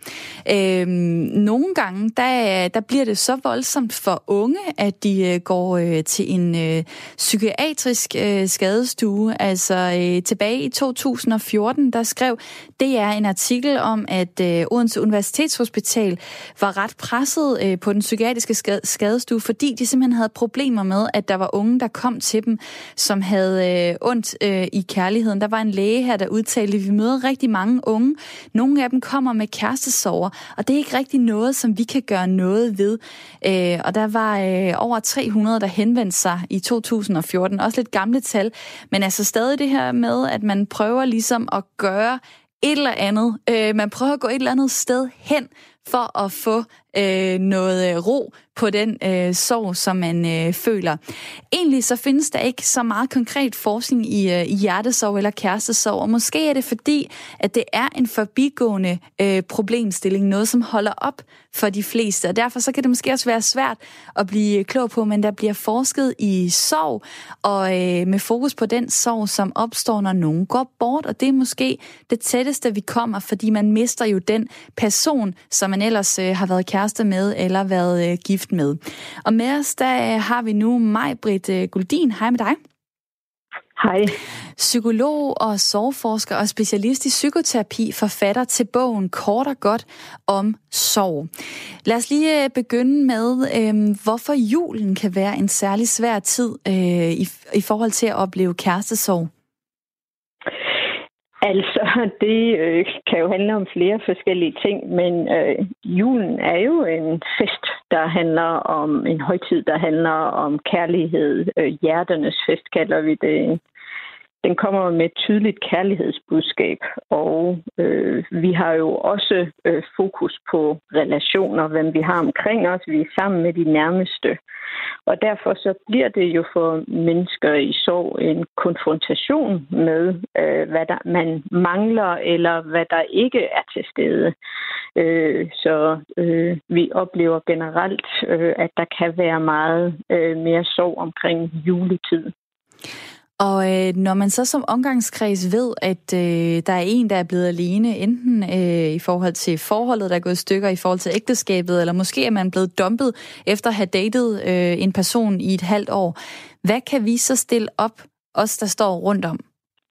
Nogle gange, der bliver det så voldsomt for unge, at de går til en psykiatrisk skadestue. Altså tilbage i 2014, der skrev DR en artikel om, at Odense Universitetshospital var ret presset på den psykiatriske skadestue, fordi de simpelthen havde problemer med, at der var unge, der kom til dem, som havde ondt i kærligheden. Der var en læge her, der udtalte, at vi møder rigtig mange unge. Nogle af dem kommer med kærestesorger, og det er ikke rigtig noget, som vi kan gøre noget ved. Og der var over 300, der henvendte sig i 2014. Også lidt gamle tal, men altså stadig det her med, at man prøver ligesom at gøre et eller andet. Man prøver at gå et eller andet sted hen for at få noget ro på den sorg, som man føler. Egentlig så findes der ikke så meget konkret forskning i hjertesorg eller kærestesorg, og måske er det fordi, at det er en forbigående problemstilling, noget som holder op for de fleste, og derfor så kan det måske også være svært at blive klog på, men der bliver forsket i sorg, og med fokus på den sorg, som opstår, når nogen går bort, og det er måske det tætteste, vi kommer, fordi man mister jo den person, som man ellers har været kæreste med, eller været gift med. Og med os, der har vi nu Maj-Britt Guldin. Hej med dig. Hej. Psykolog og sorgforsker og specialist i psykoterapi, forfatter til bogen Kort og godt om sorg. Lad os lige begynde med, hvorfor julen kan være en særlig svær tid i forhold til at opleve kærestesorg. Altså, det kan jo handle om flere forskellige ting, men julen er jo en fest, der handler om en højtid, der handler om kærlighed. Hjerternes fest kalder vi det. den kommer med et tydeligt kærlighedsbudskab, og vi har jo også fokus på relationer, hvem vi har omkring os. Vi er sammen med de nærmeste. Og derfor så bliver det jo for mennesker i sorg en konfrontation med, hvad man mangler, eller hvad der ikke er til stede. Så vi oplever generelt, at der kan være meget mere sorg omkring juletid. Og når man så som omgangskreds ved, at der er en, der er blevet alene, enten i forhold til forholdet, der er gået i stykker, i forhold til ægteskabet, eller måske er man blevet dumpet efter at have datet en person i et halvt år. Hvad kan vi så stille op, os der står rundt om?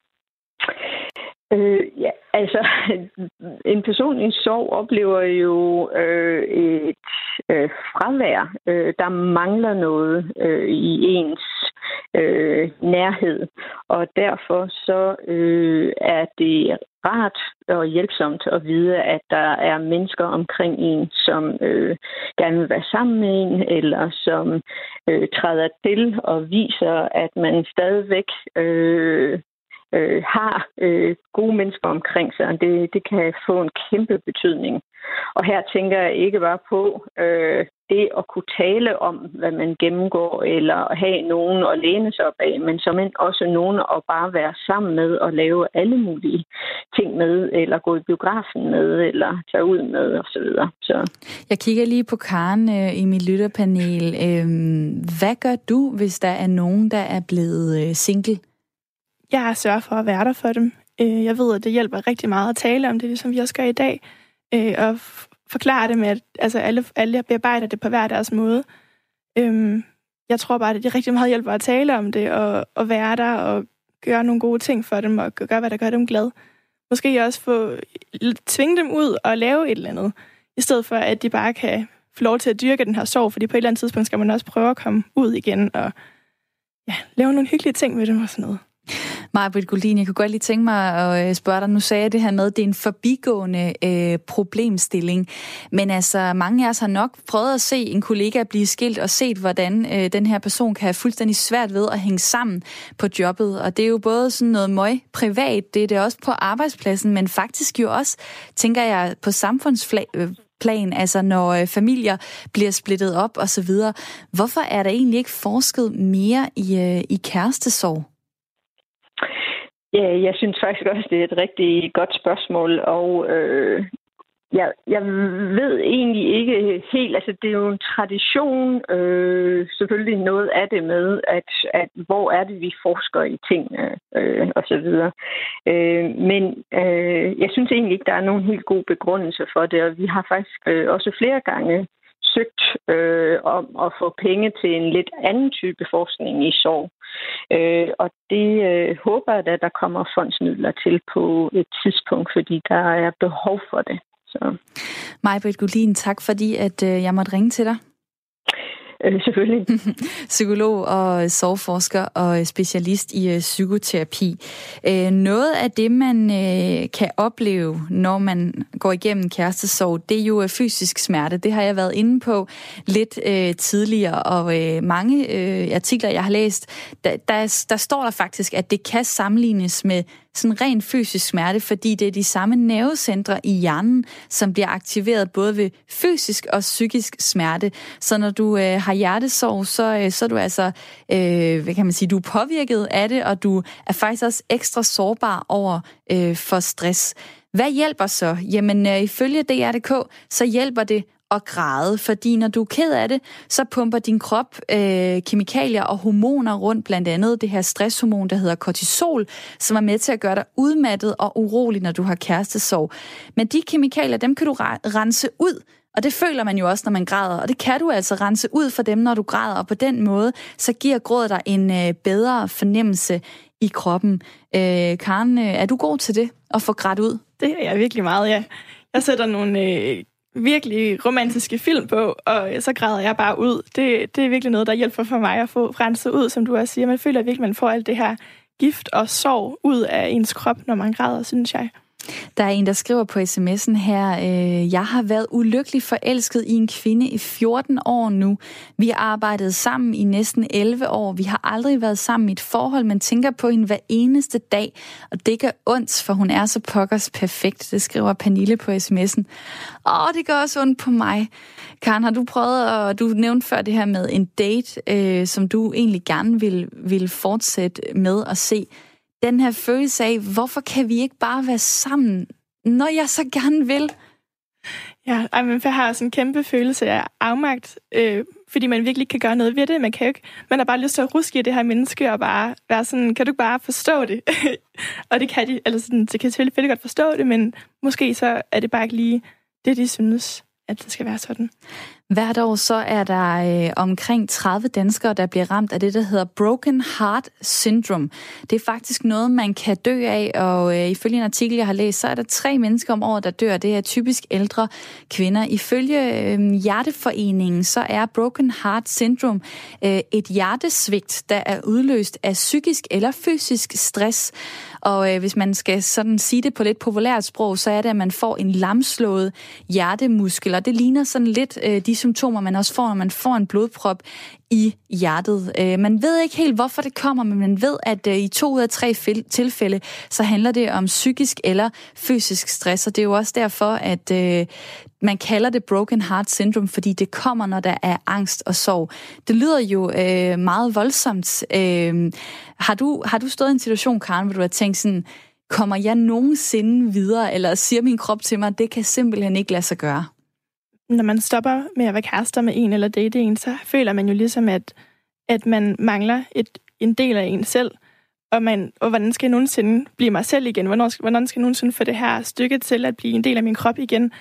Ja, altså en person i sorg oplever jo et fravær. Der mangler noget i ens nærhed, og derfor så er det rart og hjælpsomt at vide, at der er mennesker omkring en, som gerne vil være sammen med en, eller som træder til og viser, at man stadigvæk har gode mennesker omkring sig, og det kan få en kæmpe betydning. Og her tænker jeg ikke bare på det at kunne tale om, hvad man gennemgår, eller have nogen at læne sig op af, men som også nogen at bare være sammen med og lave alle mulige ting med, eller gå i biografen med, eller tage ud med, osv. Så. Jeg kigger lige på Karen i mit lytterpanel. Hvad gør du, hvis der er nogen, der er blevet single? Jeg sørger for at være der for dem. Jeg ved, at det hjælper rigtig meget at tale om det, ligesom vi også gør i dag, og forklare dem, at altså, alle bearbejder det på hver deres måde. Jeg tror bare, at det rigtig meget hjælper at tale om det, og være der, og gøre nogle gode ting for dem, og gøre, hvad der gør dem glad. Måske også tvinge dem ud og lave et eller andet, i stedet for, at de bare kan få lov til at dyrke den her sorg, fordi på et eller andet tidspunkt skal man også prøve at komme ud igen, og lave nogle hyggelige ting med dem og sådan noget. Maj-Britt Guldin, jeg kunne godt lige tænke mig at spørge dig. Nu sagde jeg det her med, at det er en forbigående problemstilling. Men altså, mange af os har nok prøvet at se en kollega blive skilt og set, hvordan den her person kan have fuldstændig svært ved at hænge sammen på jobbet. Og det er jo både sådan noget privat, det er det også på arbejdspladsen, men faktisk jo også, tænker jeg, på samfundsplan, altså når familier bliver splittet op og så videre. Hvorfor er der egentlig ikke forsket mere i kærestesorg? Ja, jeg synes faktisk også, det er et rigtig godt spørgsmål, og jeg ved egentlig ikke helt, altså det er jo en tradition, selvfølgelig noget af det med, at hvor er det, vi forsker i tingene, og så videre. Men jeg synes egentlig ikke, der er nogen helt god begrundelse for det, og vi har faktisk også flere gange søgt om at få penge til en lidt anden type forskning i sorg. Og det håber jeg, at der kommer fondsmidler til på et tidspunkt, fordi der er behov for det. Maj-Britt Guldin, tak fordi at jeg måtte ringe til dig. Selvfølgelig. Psykolog og sorgforsker og specialist i psykoterapi. Noget af det, man kan opleve, når man går igennem kærestesorg, det er jo fysisk smerte. Det har jeg været inde på lidt tidligere, og mange artikler, jeg har læst, der står der faktisk, at det kan sammenlignes med sådan rent fysisk smerte, fordi det er de samme nervecentre i hjernen, som bliver aktiveret både ved fysisk og psykisk smerte. Så når du har hjertesorg, så er du altså, hvad kan man sige, du er påvirket af det, og du er faktisk også ekstra sårbar over for stress. Hvad hjælper så? Jamen, ifølge DR.dk, så hjælper det at græde, fordi når du er ked af det, så pumper din krop kemikalier og hormoner rundt, blandt andet det her stresshormon, der hedder kortisol, som er med til at gøre dig udmattet og urolig, når du har kærestesorg. Men de kemikalier, dem kan du rense ud, og det føler man jo også, når man græder, og det kan du altså rense ud for dem, når du græder, og på den måde, så giver grådet dig en bedre fornemmelse i kroppen. Karen, er du god til det, at få grædt ud? Det er jeg virkelig meget, ja. Jeg sætter nogle virkelig romantiske film på, og så græder jeg bare ud. Det er virkelig noget, der hjælper for mig at få renset ud, som du også siger. Man føler virkelig, at man får alt det her gift og sorg ud af ens krop, når man græder, synes jeg. Der er en, der skriver på sms'en her, jeg har været ulykkelig forelsket i en kvinde i 14 år nu. Vi har arbejdet sammen i næsten 11 år. Vi har aldrig været sammen i et forhold, men tænker på hende hver eneste dag. Og det gør ondt, for hun er så pokkers perfekt. Det skriver Pernille på sms'en. Det gør også ondt på mig. Karen, har du prøvet, og du nævnte før det her med en date, som du egentlig gerne vil fortsætte med at se. Den her følelse af, hvorfor kan vi ikke bare være sammen, når jeg så gerne vil? Ja, men jeg har sådan en kæmpe følelse af afmagt, fordi man virkelig ikke kan gøre noget ved det. Man har bare lyst til at ruske i det her menneske og bare være sådan, kan du bare forstå det? Og det kan de, altså sådan, det kan selvfølgelig godt forstå det, men måske så er det bare ikke lige det, de synes, at det skal være sådan. Hvert år så er der omkring 30 danskere, der bliver ramt af det, der hedder Broken Heart Syndrome. Det er faktisk noget, man kan dø af, og ifølge en artikel, jeg har læst, så er der 3 mennesker om året, der dør. Det er typisk ældre kvinder. Ifølge Hjerteforeningen, så er Broken Heart Syndrome et hjertesvigt, der er udløst af psykisk eller fysisk stress. Og hvis man skal sådan sige det på lidt populært sprog, så er det, at man får en lamslået hjertemuskel, og det ligner sådan lidt de symptomer, man også får, når man får en blodprop i hjertet. Man ved ikke helt, hvorfor det kommer, men man ved, at i 2 ud af 3 tilfælde, så handler det om psykisk eller fysisk stress, og det er jo også derfor, at man kalder det Broken Heart Syndrome, fordi det kommer, når der er angst og sorg. Det lyder jo meget voldsomt. Har du stået i en situation, Karen, hvor du har tænkt sådan, kommer jeg nogensinde videre, eller siger min krop til mig, det kan simpelthen ikke lade sig gøre? Når man stopper med at være kærester med en eller date en, så føler man jo ligesom, at man mangler en del af en selv. Og hvordan skal jeg nogensinde blive mig selv igen? Hvordan skal jeg nogensinde få det her stykke til at blive en del af min krop igen?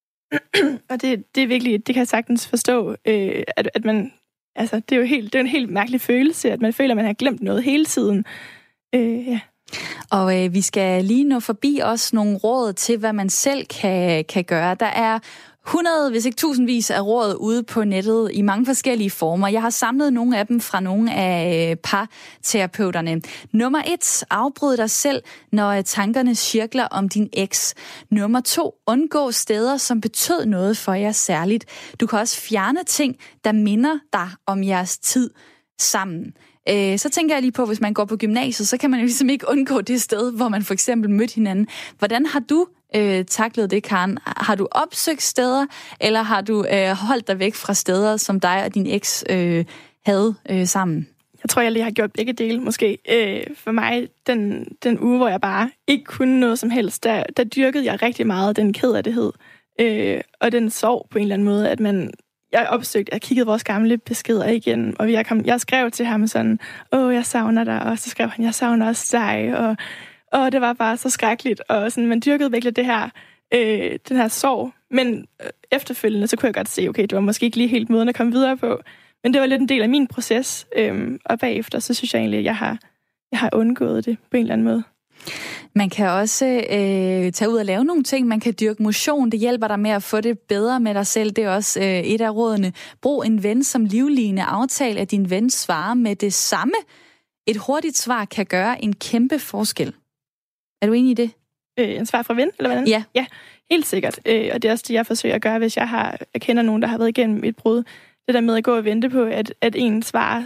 Og det er virkelig, det kan jeg sagtens forstå, at man, altså det er en helt mærkelig følelse, at man føler, at man har glemt noget hele tiden. Ja. Og vi skal lige nå forbi også nogle råd til, hvad man selv kan gøre. Der er 100, hvis ikke tusindvis af råd ude på nettet i mange forskellige former. Jeg har samlet nogle af dem fra nogle af parterapeuterne. Nummer 1. Afbryd dig selv, når tankerne cirkler om din eks. Nummer 2. Undgå steder, som betød noget for jer særligt. Du kan også fjerne ting, der minder dig om jeres tid sammen. Så tænker jeg lige på, hvis man går på gymnasiet, så kan man jo ligesom ikke undgå det sted, hvor man for eksempel mødte hinanden. Hvordan har du taklet det, Karen? Har du opsøgt steder, eller har du holdt dig væk fra steder, som dig og din eks havde sammen? Jeg tror, jeg lige har gjort begge dele, måske. For mig, den uge, hvor jeg bare ikke kunne noget som helst, der dyrkede jeg rigtig meget den kederlighed. Og den sorg på en eller anden måde, at jeg kiggede vores gamle beskeder igen, og jeg skrev til ham sådan, jeg savner dig, og så skrev han, jeg savner også dig, og det var bare så skrækkeligt, og sådan, man dyrkede virkelig det her, den her sorg, men efterfølgende, så kunne jeg godt se, okay, det var måske ikke lige helt måden at komme videre på, men det var lidt en del af min proces, og bagefter, så synes jeg egentlig, at jeg har undgået det på en eller anden måde. Man kan også tage ud og lave nogle ting. Man kan dyrke motion. Det hjælper dig med at få det bedre med dig selv. Det er også et af rådene. Brug en ven som livline. Aftal, at din ven svarer med det samme. Et hurtigt svar kan gøre en kæmpe forskel. Er du enig i det? En svar fra ven, eller hvordan? Ja. Ja, helt sikkert. Og det er også det, jeg forsøger at gøre, hvis jeg kender nogen, der har været igennem et brud. Det der med at gå og vente på, at en svar,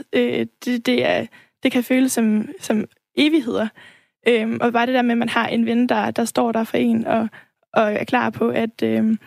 det kan føles som evigheder. Og bare det der med, at man har en ven, der står der for en, og er klar på, at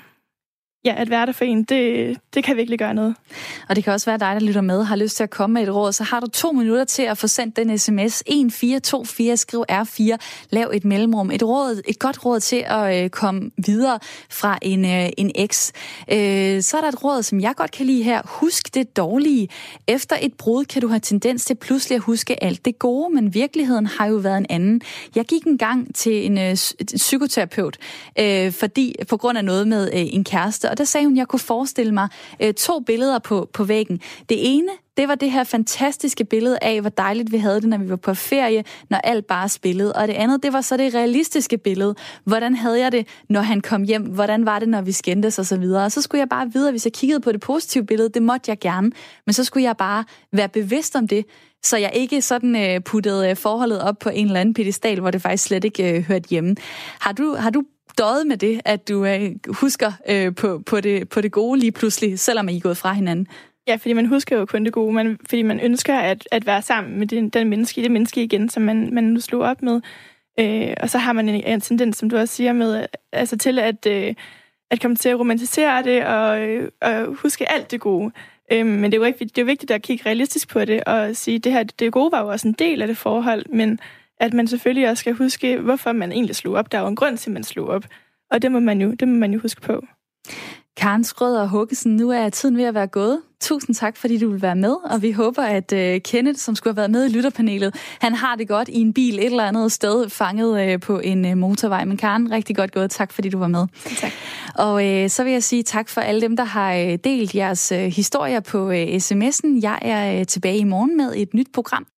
være der for en, det kan virkelig gøre noget. Og det kan også være dig, der lytter med, har lyst til at komme med et råd, så har du 2 minutter til at få sendt den sms. 1424, skriv R4, lav et mellemrum. Et godt råd til at komme videre fra en eks. Så er der et råd, som jeg godt kan lide her. Husk det dårlige. Efter et brud kan du have tendens til pludselig at huske alt det gode, men virkeligheden har jo været en anden. Jeg gik engang til en psykoterapeut, fordi på grund af noget med en kæreste, og der sagde hun, at jeg kunne forestille mig 2 billeder på væggen. Det ene, det var det her fantastiske billede af, hvor dejligt vi havde det, når vi var på ferie, når alt bare spillede. Og det andet, det var så det realistiske billede. Hvordan havde jeg det, når han kom hjem? Hvordan var det, når vi skændtes og så videre? Og så skulle jeg bare vide, at hvis jeg kiggede på det positive billede, det måtte jeg gerne. Men så skulle jeg bare være bevidst om det, så jeg ikke sådan puttede forholdet op på en eller anden pedestal, hvor det faktisk slet ikke hørte hjemme. Har du døjet med det, at du husker på det gode lige pludselig, selvom I er gået fra hinanden? Ja, fordi man husker jo kun det gode, fordi man ønsker at være sammen med det menneske igen, som man nu slog op med. Og så har man en tendens, som du også siger, med altså til at komme til at romantisere det og huske alt det gode. Men det er jo vigtigt at kigge realistisk på det og sige, at det gode var jo også en del af det forhold, men at man selvfølgelig også skal huske, hvorfor man egentlig slog op. Der er jo en grund til, at man slog op. Og det må man jo huske på. Karen Schrøder Huggesen, nu er tiden ved at være gået. Tusind tak, fordi du vil være med, og vi håber, at Kenneth, som skulle have været med i lytterpanelet, han har det godt i en bil et eller andet sted, fanget på en motorvej. Men Karen, rigtig godt gået. Tak, fordi du var med. Tak. Og så vil jeg sige tak for alle dem, der har delt jeres historier på sms'en. Jeg er tilbage i morgen med et nyt program.